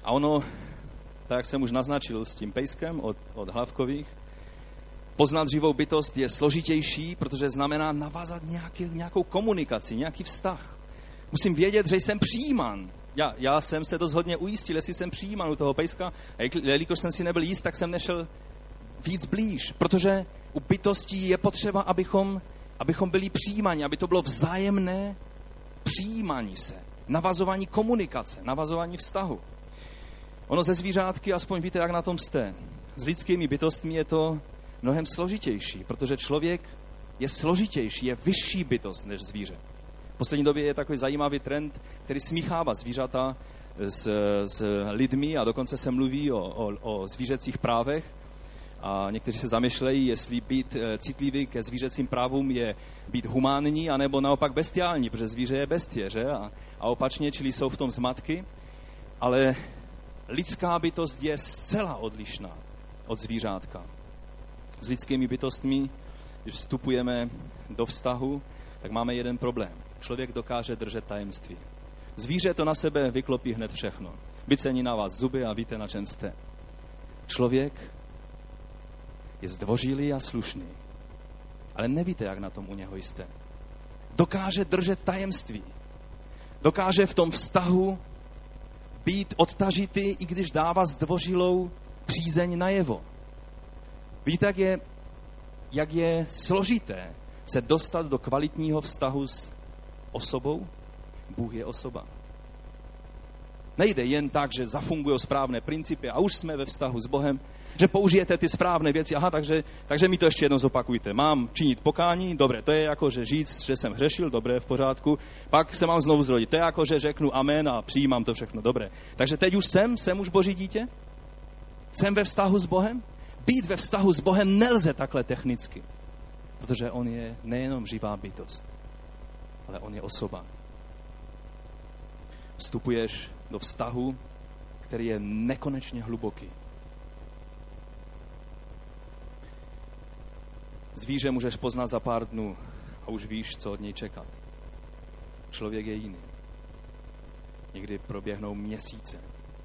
A ono, tak jak jsem už naznačil s tím pejskem od Hlavkových, poznat živou bytost je složitější, protože znamená navázat nějakou komunikaci, nějaký vztah. Musím vědět, že jsem přijímán. Já jsem se dost hodně ujistil, jestli jsem přijímán u toho pejska. A jelikož jsem si nebyl jist, tak jsem nešel víc blíž. Protože u bytostí je potřeba, abychom byli přijímáni, aby to bylo vzájemné přijímání se, navazování komunikace, navazování vztahu. Ono ze zvířátky, aspoň víte, jak na tom jste. S lidskými bytostmi je to mnohem složitější, protože člověk je složitější, je vyšší bytost než zvíře. V poslední době je takový zajímavý trend, který smíchává zvířata s lidmi a dokonce se mluví o zvířecích právech. A někteří se zamýšlejí, jestli být citlivý ke zvířecím právům je být humánní, anebo naopak bestiální, protože zvíře je bestie, že? A opačně, čili jsou v tom zmatky. Ale lidská bytost je zcela odlišná od zvířátka. S lidskými bytostmi, když vstupujeme do vztahu, tak máme jeden problém. Člověk dokáže držet tajemství. Zvíře to na sebe vyklopí hned všechno. Vycení na vás zuby a víte, na čem jste. Člověk je zdvořilý a slušný, ale nevíte, jak na tom u něho jste. Dokáže držet tajemství. Dokáže v tom vztahu být odtažitý, i když dává zdvořilou přízeň najevo. Víte, jak je složité se dostat do kvalitního vztahu s osobou? Bůh je osoba. Nejde jen tak, že zafungují správné principy a už jsme ve vztahu s Bohem, že použijete ty správné věci. Aha, takže mi to ještě jednou zopakujte. Mám činit pokání, dobré, to je jako, že říct, že jsem hřešil, dobré, v pořádku. Pak se mám znovu zrodit. To je jako, že řeknu amen a přijímám to všechno, dobré. Takže teď už jsem už Boží dítě? Jsem ve vztahu s Bohem? Být ve vztahu s Bohem nelze takhle technicky, protože on je nejenom živá bytost, ale on je osoba. Vstupuješ do vztahu, který je nekonečně hluboký. Zvíře můžeš poznat za pár dnů a už víš, co od něj čekat. Člověk je jiný. Někdy proběhnou měsíce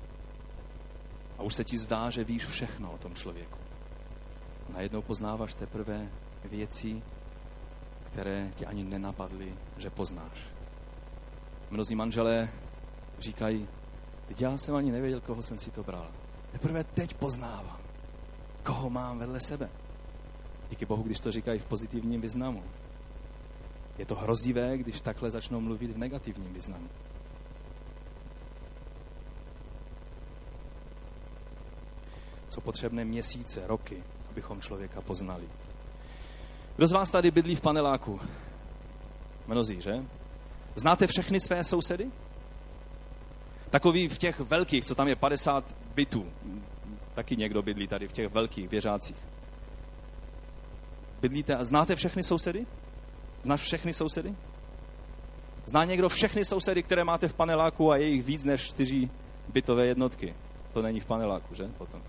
a už se ti zdá, že víš všechno o tom člověku. A najednou poznáváš teprve věci, které ti ani nenapadly, že poznáš. Mnozí manželé říkají, teď já jsem ani nevěděl, koho jsem si to bral. Teprve teď poznávám, koho mám vedle sebe. Díky Bohu, když to říkají v pozitivním významu. Je to hrozivé, když takhle začnou mluvit v negativním významu. Co potřebné měsíce, roky, abychom člověka poznali. Kdo z vás tady bydlí v paneláku? Mnozí, že? Znáte všechny své sousedy? Takový v těch velkých, co tam je 50 bytů. Taky někdo bydlí tady v těch velkých věřácích. Bydlíte a znáte všechny sousedy? Znáš všechny sousedy? Zná někdo všechny sousedy, které máte v paneláku a je jich víc než 4 bytové jednotky? To není v paneláku, že? Potom.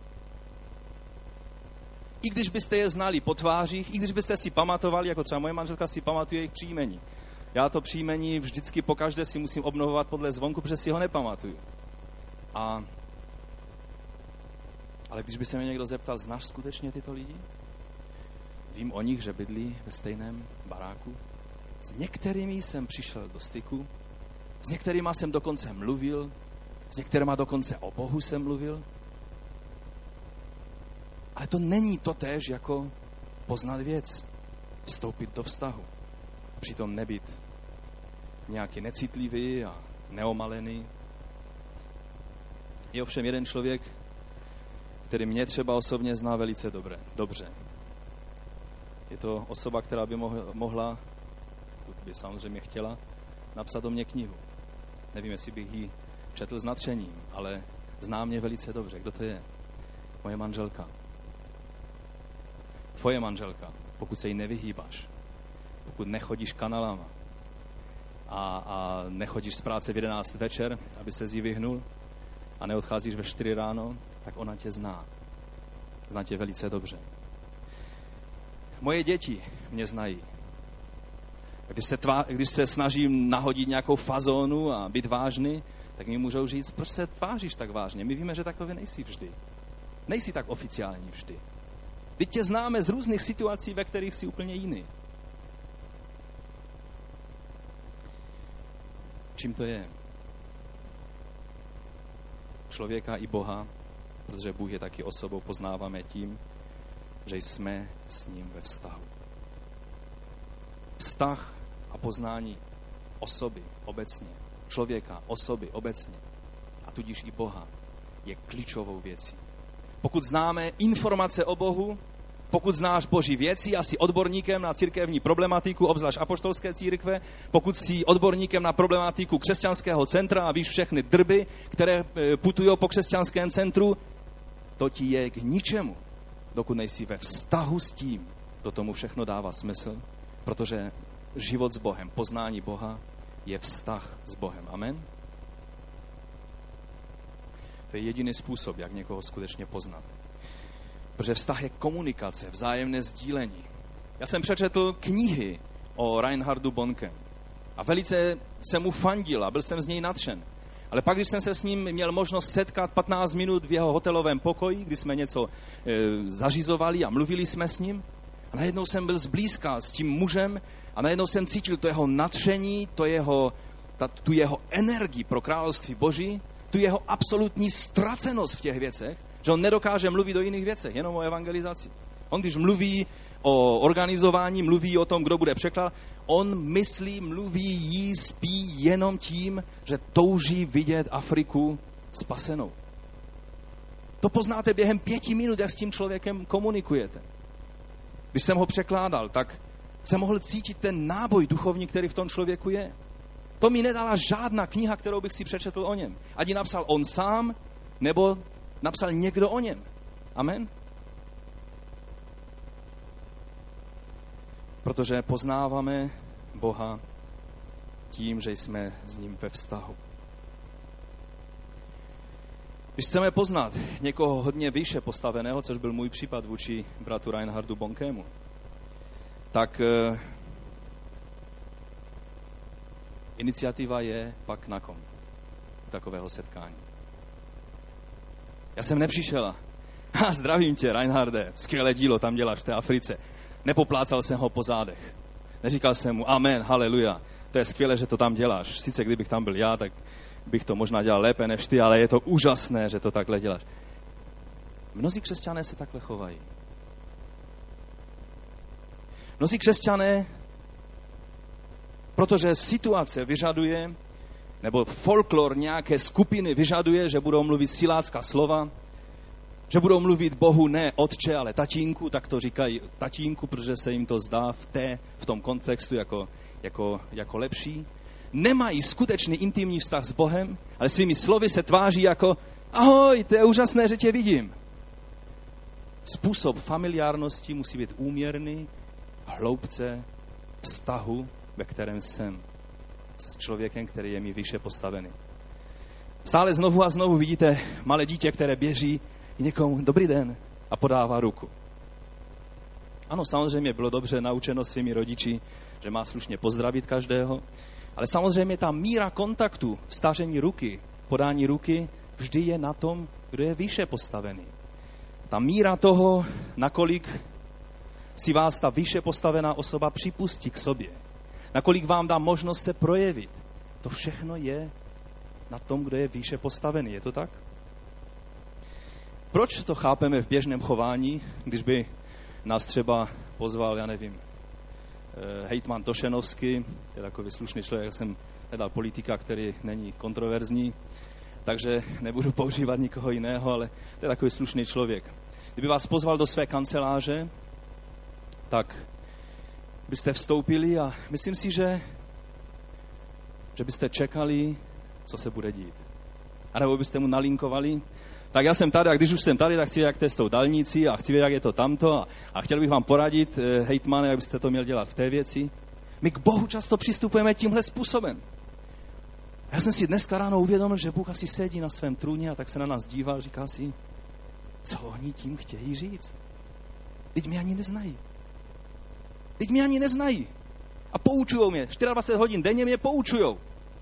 I když byste je znali po tvářích, i když byste si pamatovali, jako třeba moje manželka si pamatuje jejich příjmení. Já to příjmení vždycky pokaždé si musím obnovovat podle zvonku, protože si ho nepamatuju. Ale když by se mě někdo zeptal, znáš skutečně tyto lidi? Vím o nich, že bydlí ve stejném baráku. S některými jsem přišel do styku, s některýma jsem dokonce mluvil, s některýma dokonce o Bohu jsem mluvil. Ale to není totéž jako poznat věc, vstoupit do vztahu. Přitom nebýt nějaký necitlivý a neomalený. Je ovšem jeden člověk, který mě třeba osobně zná velice dobře. Je to osoba, která by mohla, pokud by samozřejmě chtěla, napsat o mě knihu. Nevím, jestli bych ji četl s nadšením, ale zná mě velice dobře. Kdo to je? Moje manželka. Tvoje manželka, pokud se jí nevyhýbáš, pokud nechodíš kanálama a nechodíš z práce v 11 večer, aby se jí vyhnul a neodcházíš ve 4 ráno, tak ona tě zná. Zná tě velice dobře. Moje děti mě znají. Když se snažím nahodit nějakou fazónu a být vážný, tak mi můžou říct, proč se tváříš tak vážně? My víme, že takový nejsi vždy. Nejsi tak oficiální vždy. Teď tě známe z různých situací, ve kterých jsi úplně jiný. Čím to je? Člověka i Boha, protože Bůh je taky osobou, poznáváme tím, že jsme s ním ve vztahu. Vztah a poznání osoby obecně, člověka, osoby obecně, a tudíž i Boha, je klíčovou věcí. Pokud známe informace o Bohu, pokud znáš Boží věci a jsi odborníkem na církevní problematiku, obzvlášť apoštolské církve, pokud jsi odborníkem na problematiku křesťanského centra a víš všechny drby, které putují po křesťanském centru, to ti je k ničemu, dokud nejsi ve vztahu s tím, kdo tomu všechno dává smysl, protože život s Bohem, poznání Boha je vztah s Bohem. Amen? To je jediný způsob, jak někoho skutečně poznat. Protože vztah je komunikace, vzájemné sdílení. Já jsem přečetl knihy o Reinhardu Bonkem a velice jsem mu fandil a byl jsem z něj nadšen. Ale pak, když jsem se s ním měl možnost setkat 15 minut v jeho hotelovém pokoji, kdy jsme něco zařizovali a mluvili jsme s ním, a najednou jsem byl zblízka s tím mužem a najednou jsem cítil to jeho nadšení, tu jeho energii pro království Boží, tu jeho absolutní ztracenost v těch věcech, že on nedokáže mluvit o jiných věcech, jenom o evangelizaci. On, když mluví o organizování, mluví o tom, kdo bude překlad, on myslí, mluví, jí, spí jenom tím, že touží vidět Afriku spasenou. To poznáte během 5 minut, jak s tím člověkem komunikujete. Když jsem ho překládal, tak jsem mohl cítit ten náboj duchovní, který v tom člověku je. To mi nedala žádná kniha, kterou bych si přečetl o něm. Ať ji napsal on sám, nebo napsal někdo o něm. Amen? Protože poznáváme Boha tím, že jsme s ním ve vztahu. Když chceme poznat někoho hodně výše postaveného, což byl můj případ vůči bratu Reinhardu Bonkému, tak iniciativa je pak na kom takového setkání. Já jsem nepřišel a zdravím tě, Reinharde, skvělé dílo tam děláš v té Africe. Nepoplácal jsem ho po zádech. Neříkal jsem mu amen, haleluja, to je skvělé, že to tam děláš. Sice kdybych tam byl já, tak bych to možná dělal lépe než ty, ale je to úžasné, že to takhle děláš. Mnozí křesťané se takhle chovají. Mnozí křesťané, protože situace vyžaduje, nebo folklor nějaké skupiny vyžaduje, že budou mluvit silácká slova, že budou mluvit Bohu ne otče, ale tatínku, tak to říkají tatínku, protože se jim to zdá v tom kontextu jako lepší. Nemají skutečný intimní vztah s Bohem, ale svými slovy se tváří jako ahoj, to je úžasné, že tě vidím. Způsob familiárnosti musí být úměrný hloubce vztahu, ve kterém jsem s člověkem, který je mi výše postavený. Stále znovu a znovu vidíte malé dítě, které běží někomu dobrý den a podává ruku. Ano, samozřejmě bylo dobře naučeno svými rodiči, že má slušně pozdravit každého, ale samozřejmě ta míra kontaktu, vztažení ruky, podání ruky, vždy je na tom, kdo je výše postavený. Ta míra toho, nakolik si vás ta výše postavená osoba připustí k sobě, nakolik vám dá možnost se projevit, to všechno je na tom, kdo je výše postavený. Je to tak? Proč to chápeme v běžném chování, když by nás třeba pozval, já nevím, hejtman Tošenovský, je takový slušný člověk, já jsem hledal politika, který není kontroverzní, takže nebudu používat nikoho jiného, ale to je takový slušný člověk. Kdyby vás pozval do své kanceláře, tak byste vstoupili a myslím si, že byste čekali, co se bude dít. A nebo byste mu nalinkovali, tak já jsem tady a když už jsem tady, tak chci vědět, jak to je s tou dálnicí a chci vědět, jak je to tamto a chtěl bych vám poradit, hejtmane, jak byste to měl dělat v té věci. My k Bohu často přistupujeme tímhle způsobem. Já jsem si dneska ráno uvědomil, že Bůh asi sedí na svém trůně a tak se na nás díval, říká si, co oni tím chtějí říct? Teď mě ani neznají. A poučujou mě. 24 hodin denně mě poučujou.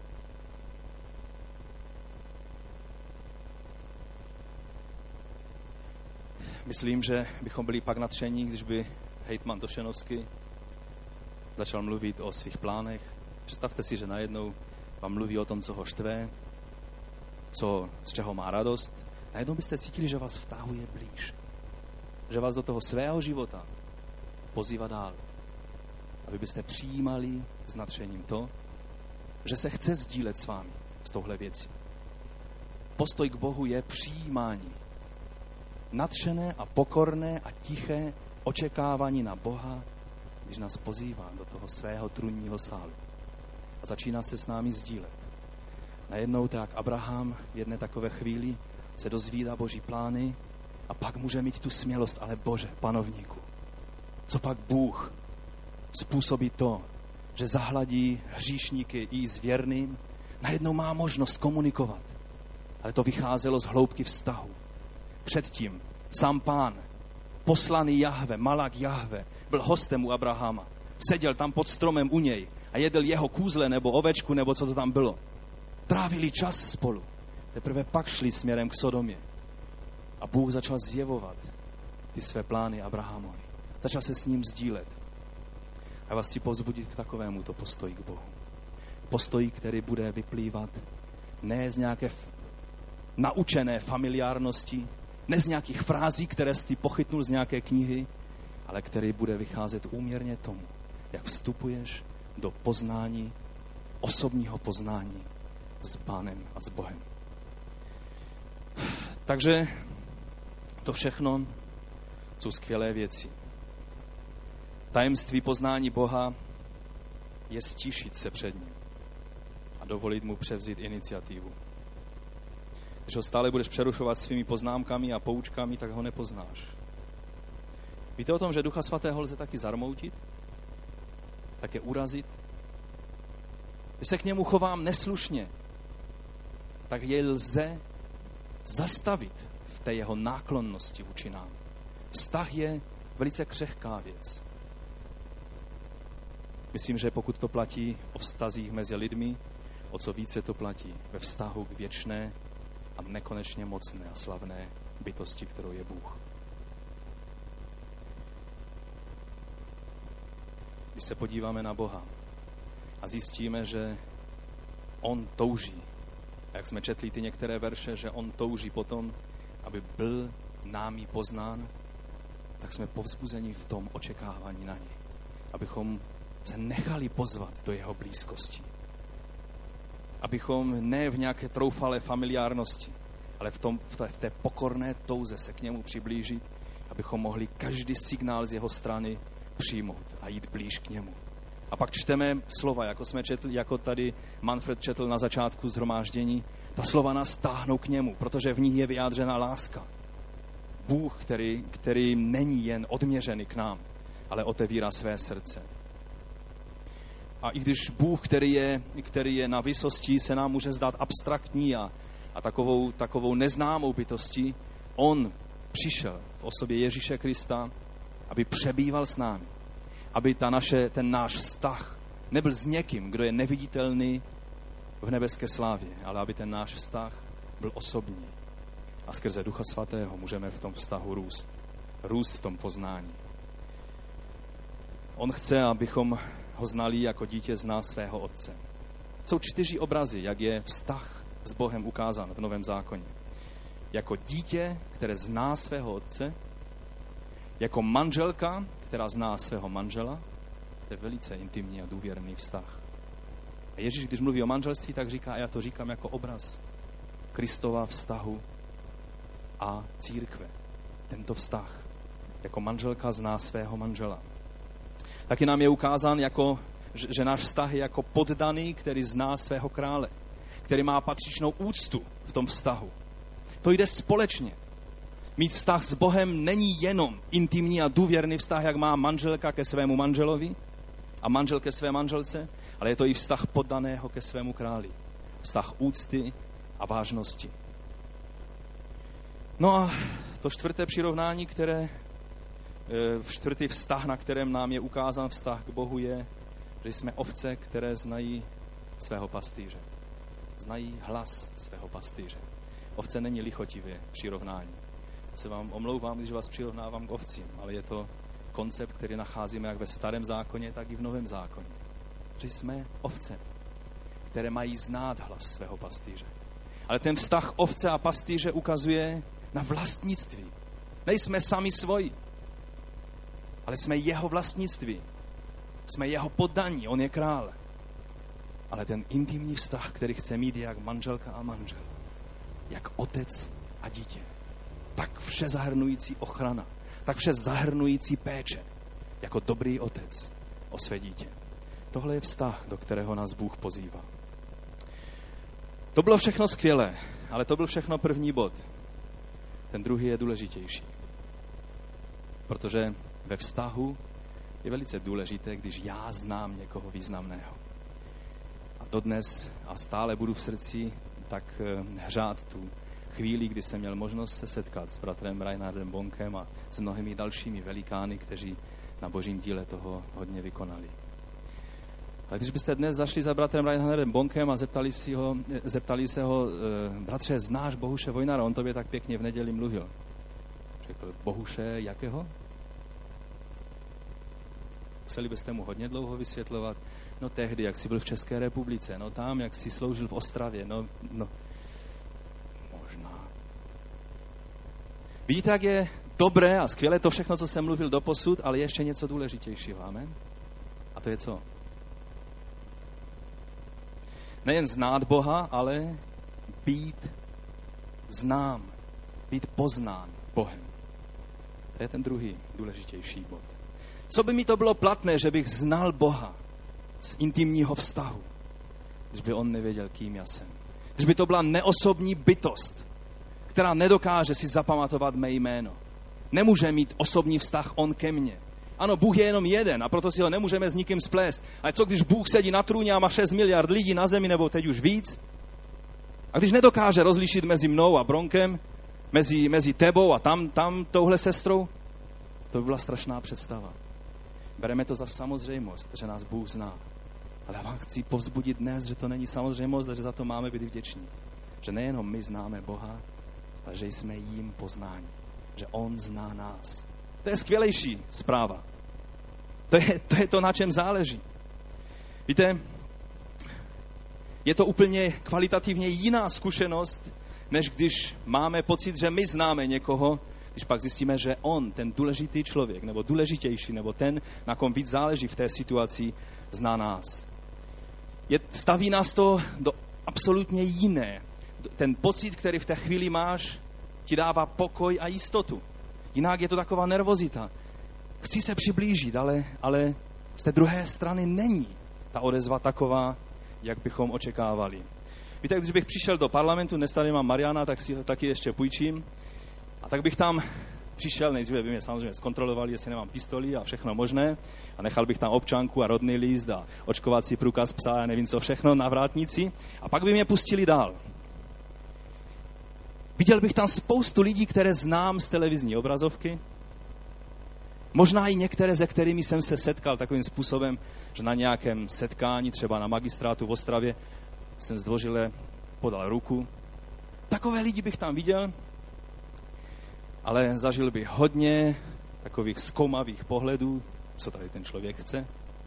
Myslím, že bychom byli pak nadšení, když by hejtman Tošenovský začal mluvit o svých plánech. Představte si, že najednou vám mluví o tom, co ho štve, z čeho má radost. Najednou byste cítili, že vás vtahuje blíž. Že vás do toho svého života pozývá dál. Aby byste přijímali s nadšením to, že se chce sdílet s vámi z tohle věcí. Postoj k Bohu je přijímání. Nadšené a pokorné a tiché očekávání na Boha, když nás pozývá do toho svého trůnního sálu. A začíná se s námi sdílet. Najednou tak Abraham v jedné takové chvíli se dozvídá Boží plány a pak může mít tu smělost, ale Bože, panovníku, co pak Bůh způsobí to, že zahladí hříšníky i s věrným, najednou má možnost komunikovat. Ale to vycházelo z hloubky vztahu. Předtím sám Pán, poslaný Jahve, malák Jahve, byl hostem u Abrahama. Seděl tam pod stromem u něj a jedl jeho kůzle nebo ovečku, nebo co to tam bylo. Trávili čas spolu. Teprve pak šli směrem k Sodomě. A Bůh začal zjevovat ty své plány Abrahamovi. Začal se s ním sdílet. A vás chci povzbudit k takovému to postoji k Bohu. Postoji, který bude vyplývat ne z nějaké naučené familiárnosti, ne z nějakých frází, které jsi pochytnul z nějaké knihy, ale který bude vycházet úměrně tomu, jak vstupuješ do poznání, osobního poznání s Pánem a s Bohem. Takže to všechno jsou skvělé věci. Tajemství poznání Boha je stíšit se před ním a dovolit mu převzít iniciativu. Když ho stále budeš přerušovat svými poznámkami a poučkami, tak ho nepoznáš. Víte o tom, že Ducha Svatého lze taky zarmoutit? Také urazit? Když se k němu chovám neslušně, tak jej lze zastavit v té jeho náklonnosti vůči nám. Vztah je velice křehká věc. Myslím, že pokud to platí o vztazích mezi lidmi, o co více to platí ve vztahu k věčné a nekonečně mocné a slavné bytosti, kterou je Bůh. Když se podíváme na Boha a zjistíme, že on touží, jak jsme četli ty některé verše, že on touží potom, aby byl námi poznán, tak jsme povzbuzeni v tom očekávání na něj. Abychom se nechali pozvat do jeho blízkosti. Abychom ne v nějaké troufalé familiárnosti, ale v té pokorné touze se k němu přiblížit, abychom mohli každý signál z jeho strany přijmout a jít blíž k němu. A pak čteme slova, jako jsme četli, jako tady Manfred četl na začátku shromáždění. Ta slova nás táhnou k němu, protože v nich je vyjádřena láska. Bůh, který není jen odměřený k nám, ale otevírá své srdce. A i když Bůh, který je na vysosti, se nám může zdát abstraktní a takovou neznámou bytostí, on přišel v osobě Ježíše Krista, aby přebýval s námi. Aby ten náš vztah nebyl s někým, kdo je neviditelný v nebeské slávě, ale aby ten náš vztah byl osobní. A skrze Ducha Svatého můžeme v tom vztahu růst. Růst v tom poznání. On chce, abychom ho znali jako dítě zná svého Otce. Jsou 4 obrazy, jak je vztah s Bohem ukázán v Novém zákoně. Jako dítě, které zná svého Otce, jako manželka, která zná svého manžela, to je velice intimní a důvěrný vztah. A Ježíš, když mluví o manželství, tak říká, a já to říkám jako obraz Kristova vztahu a církve. Tento vztah. Jako manželka zná svého manžela. Taky nám je ukázán, že náš vztah je jako poddaný, který zná svého krále, který má patřičnou úctu v tom vztahu. To jde společně. Mít vztah s Bohem není jenom intimní a důvěrný vztah, jak má manželka ke svému manželovi a manžel ke své manželce, ale je to i vztah poddaného ke svému králi. Vztah úcty a vážnosti. No a to 4. přirovnání, čtvrtý vztah, na kterém nám je ukázán vztah k Bohu, je Že jsme ovce, které znají svého pastýře. Znají hlas svého pastýře. Ovce není lichotivě přirovnání. Se vám omlouvám, když vás přirovnávám k ovcím, ale je to koncept, který nacházíme jak ve Starém zákoně, tak i v Novém zákoně. Že jsme ovce, které mají znát hlas svého pastýře. Ale ten vztah ovce a pastýře ukazuje na vlastnictví. Nejsme sami svoji, ale jsme jeho vlastnictví. Jsme jeho poddaní, on je král. Ale ten intimní vztah, který chce mít jak manželka a manžel, jak otec a dítě, tak vše zahrnující ochrana, tak vše zahrnující péče, jako dobrý otec o své dítě. Tohle je vztah, do kterého nás Bůh pozývá. To bylo všechno skvělé, ale to byl všechno první bod. Ten druhý je důležitější. Protože ve vztahu je velice důležité, když já znám někoho významného. A dodnes a stále budu v srdci tak hřát tu chvíli, kdy jsem měl možnost se setkat s bratrem Reinhardem Bonkem a s mnohými dalšími velikány, kteří na božím díle toho hodně vykonali. Ale když byste dnes zašli za bratrem Reinhardem Bonkem a zeptali se ho, bratře, znáš Bohuše Vojnara? On tobě tak pěkně v neděli mluvil. Řekl, Bohuše jakého? Museli byste mu hodně dlouho vysvětlovat. No tehdy, jak jsi byl v České republice, no tam, jak jsi sloužil v Ostravě, no. Možná. Vidíte, jak je dobré a skvělé to všechno, co jsem mluvil doposud, ale ještě něco důležitějšího, amen? A to je co? Nejen znát Boha, ale být znám, být poznán Bohem. To je ten druhý důležitější bod. Co by mi to bylo platné, že bych znal Boha z intimního vztahu, když by on nevěděl, kým já jsem. Když by to byla neosobní bytost, která nedokáže si zapamatovat mé jméno. Nemůže mít osobní vztah on ke mně. Ano, Bůh je jenom jeden a proto si ho nemůžeme s nikým splést. Ale co když Bůh sedí na trůně a má 6 miliard lidí na zemi, nebo teď už víc? A když nedokáže rozlišit mezi mnou a Bronkem, mezi tebou a tam touhle sestrou, to by byla strašná představa. Bereme to za samozřejmost, že nás Bůh zná. Ale já vám chci povzbudit dnes, že to není samozřejmost a že za to máme být vděční. Že nejenom my známe Boha, ale že jsme jím poznáni. Že on zná nás. To je skvělejší zpráva. To je to, na čem záleží. Víte, je to úplně kvalitativně jiná zkušenost, než když máme pocit, že my známe někoho, když pak zjistíme, že on, ten důležitý člověk, nebo důležitější, nebo ten, na kom víc záleží v té situaci, zná nás. Staví nás to do absolutně jiné. Ten pocit, který v té chvíli máš, ti dává pokoj a jistotu. Jinak je to taková nervozita. Chci se přiblížit, ale z té druhé strany není ta odezva taková, jak bychom očekávali. Víte, když bych přišel do parlamentu, dnes tady mám Mariana, tak si ho taky ještě půjčím. A tak bych tam přišel, nejdříve by mě samozřejmě zkontrolovali, jestli nemám pistoli a všechno možné. A nechal bych tam občanku a rodný list a očkovací průkaz psa a nevím co všechno na vrátnici. A pak by mě pustili dál. Viděl bych tam spoustu lidí, které znám z televizní obrazovky. Možná i některé, se kterými jsem se setkal takovým způsobem, že na nějakém setkání, třeba na magistrátu v Ostravě, jsem zdvořile podal ruku. Takové lidi bych tam viděl, ale zažil bych hodně takových zkoumavých pohledů, co tady ten člověk chce.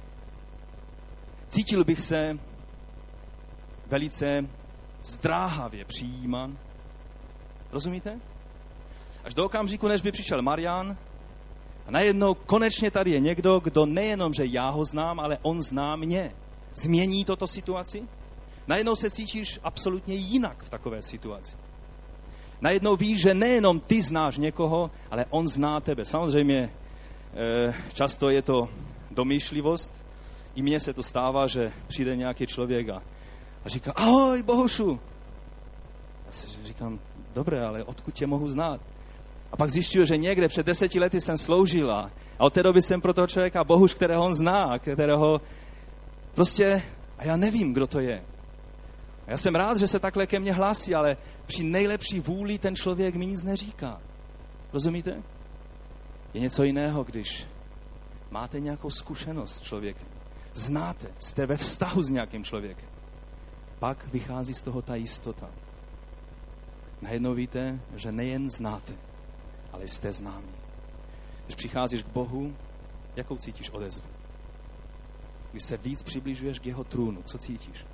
Cítil bych se velice zdráhavě přijímán. Rozumíte? Až do okamžiku, než by přišel Marian a najednou konečně tady je někdo, kdo nejenom, že já ho znám, ale on zná mě. Změní toto situaci? Najednou se cítíš absolutně jinak v takové situaci. Najednou víš, že nejenom ty znáš někoho, ale on zná tebe. Samozřejmě často je to domýšlivost. I mně se to stává, že přijde nějaký člověk a říká, ahoj Bohušu. Já si říkám, dobré, ale odkud tě mohu znát? A pak zjišťuju, že někde před 10 lety jsem sloužil a od té doby jsem pro toho člověka Bohuš, kterého on zná, kterého prostě, a já nevím, kdo to je. A já jsem rád, že se takhle ke mně hlásí, ale při nejlepší vůli ten člověk mi nic neříká. Rozumíte? Je něco jiného, když máte nějakou zkušenost s člověkem. znáte, jste ve vztahu s nějakým člověkem, pak vychází z toho ta jistota. Najednou víte, že nejen znáte, ale jste známí. Když přicházíš k Bohu, jakou cítíš odezvu? Když se víc přibližuješ k jeho trůnu, co cítíš?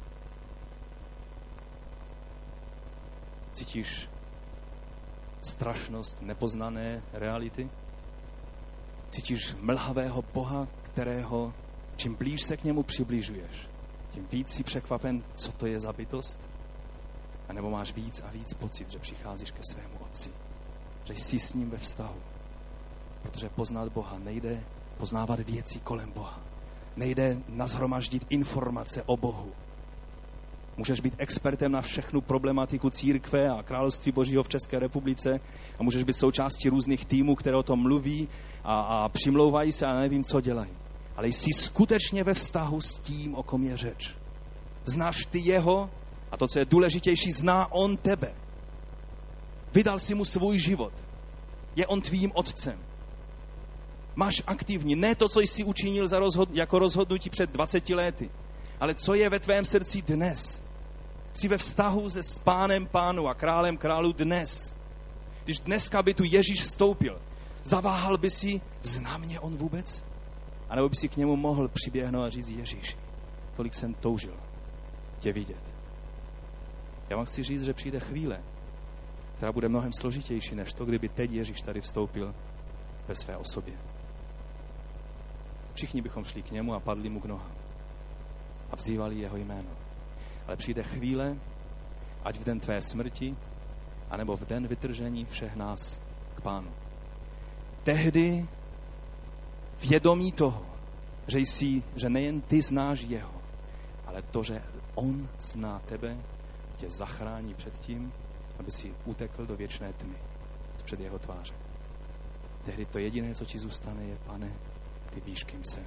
Cítíš strašnost nepoznané reality? Cítíš mlhavého Boha, kterého čím blíž se k němu přibližuješ, tím víc jsi překvapen, co to je za bytost? A nebo máš víc a víc pocit, že přicházíš ke svému Otci, že jsi s ním ve vztahu. Protože poznat Boha nejde poznávat věci kolem Boha. Nejde nazhromaždit informace o Bohu. Můžeš být expertem na všechnu problematiku církve a království Božího v České republice a můžeš být součástí různých týmů, které o tom mluví a přimlouvají se a nevím, co dělají. Ale jsi skutečně ve vztahu s tím, o kom je řeč. Znáš ty jeho a to, co je důležitější, zná on tebe. Vydal si mu svůj život. Je on tvým otcem. Máš aktivní, ne to, co jsi učinil jako rozhodnutí před 20 lety, ale co je ve tvém srdci dnes. Jsi ve vztahu s Pánem Pánu a Králem Králů dnes. Když dneska by tu Ježíš vstoupil, zaváhal by si, zná mě on vůbec? A nebo by si k němu mohl přiběhnout a říct, Ježíši, tolik jsem toužil tě vidět. Já vám chci říct, že přijde chvíle, která bude mnohem složitější, než to, kdyby teď Ježíš tady vstoupil ve své osobě. Všichni bychom šli k němu a padli mu k nohám a vzývali jeho jméno. Ale přijde chvíle, ať v den tvé smrti, anebo v den vytržení všech nás k Pánu. Tehdy vědomí toho, že nejen ty znáš jeho, ale to, že on zná tebe, tě zachrání před tím, aby si utekl do věčné tmy před jeho tváře. Tehdy to jediné, co ti zůstane, je, Pane, ty víš, kým jsem.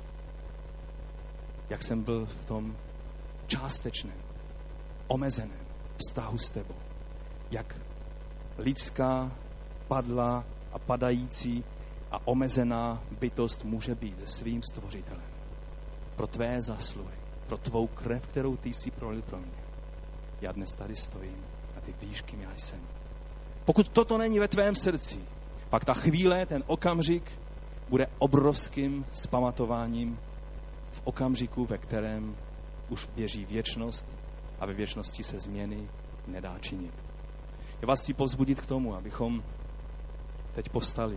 Jak jsem byl v tom částečném, omezeném vztahu s tebou. Jak lidská, padlá a padající a omezená bytost může být se svým stvořitelem. Pro tvé zásluhy, pro tvou krev, kterou ty jsi prolil pro mě. Já dnes tady stojím a ty víš, kým já jsem. Pokud toto není ve tvém srdci, pak ta chvíle, ten okamžik bude obrovským zpamatováním v okamžiku, ve kterém už běží věčnost a ve věčnosti se změny nedá činit. Já vás chci povzbudit k tomu, abychom teď povstali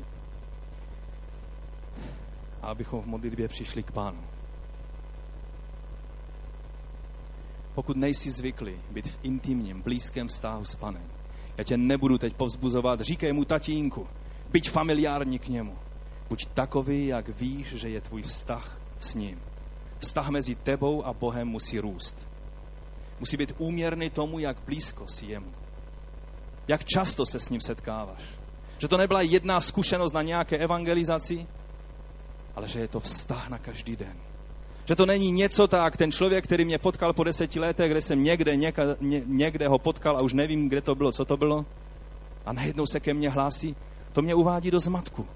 a abychom v modlitbě přišli k Pánu. Pokud nejsi zvyklý být v intimním, blízkém vztahu s Panem, já tě nebudu teď povzbuzovat, říkej mu tatínku, byť familiární k němu. Buď takový, jak víš, že je tvůj vztah s ním. Vztah mezi tebou a Bohem musí růst. Musí být úměrný tomu, jak blízko si jemu. Jak často se s ním setkáváš. Že to nebyla jedna zkušenost na nějaké evangelizaci, ale že je to vztah na každý den. Že to není něco tak, ten člověk, který mě potkal po 10 letech, kde jsem někde ho potkal a už nevím, kde to bylo, co to bylo, a najednou se ke mně hlásí, to mě uvádí do zmatku.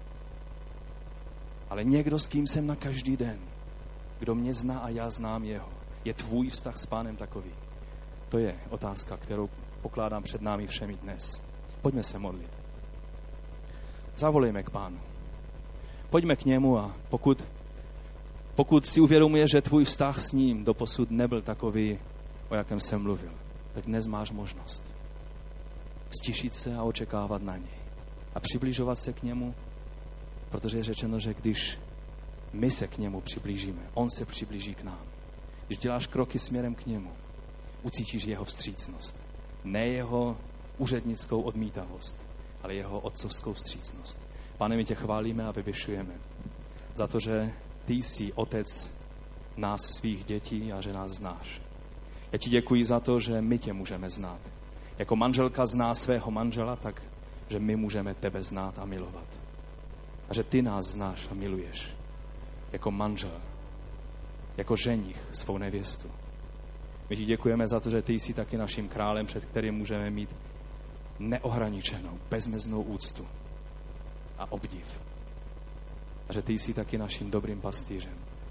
Ale někdo, s kým jsem na každý den, kdo mě zná a já znám jeho. Je tvůj vztah s Pánem takový? To je otázka, kterou pokládám před námi všemi dnes. Pojďme se modlit. Zavolejme k Pánu. Pojďme k němu a pokud si uvědomuješ, že tvůj vztah s ním doposud nebyl takový, o jakém jsem mluvil, tak dnes máš možnost stišit se a očekávat na něj. A přibližovat se k němu, protože je řečeno, že když my se k němu přiblížíme, on se přiblíží k nám. Když děláš kroky směrem k němu, ucítíš jeho vstřícnost. Ne jeho úřednickou odmítavost, ale jeho otcovskou vstřícnost. Pane, my tě chválíme a vyvyšujeme za to, že ty jsi otec nás, svých dětí, a že nás znáš. Já ti děkuji za to, že my tě můžeme znát. Jako manželka zná svého manžela, tak, že my můžeme tebe znát a milovat. A že ty nás znáš a miluješ. Jako manžel, jako ženich svou nevěstu. My ti děkujeme za to, že ty jsi taky naším králem, před kterým můžeme mít neohraničenou, bezmeznou úctu a obdiv. A že ty jsi taky naším dobrým pastýřem,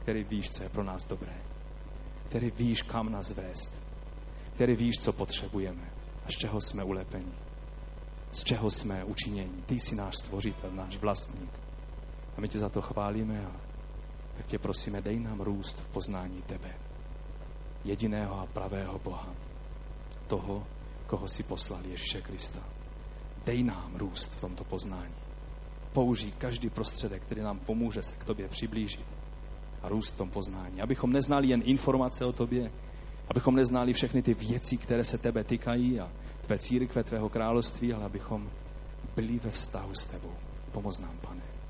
který víš, co je pro nás dobré, který víš, kam nás vést, který víš, co potřebujeme a z čeho jsme ulepeni, z čeho jsme učiněni. Ty jsi náš stvořitel, náš vlastník. A my tě za to chválíme a tak tě prosíme, dej nám růst v poznání tebe, jediného a pravého Boha, toho, koho si poslal, Ježíše Krista. Dej nám růst v tomto poznání. Použij každý prostředek, který nám pomůže se k tobě přiblížit a růst v tom poznání. Abychom neznali jen informace o tobě, abychom neznali všechny ty věci, které se tebe týkají a tvé církve, tvého království, ale abychom byli ve vztahu s tebou. Pomoz nám, Pane.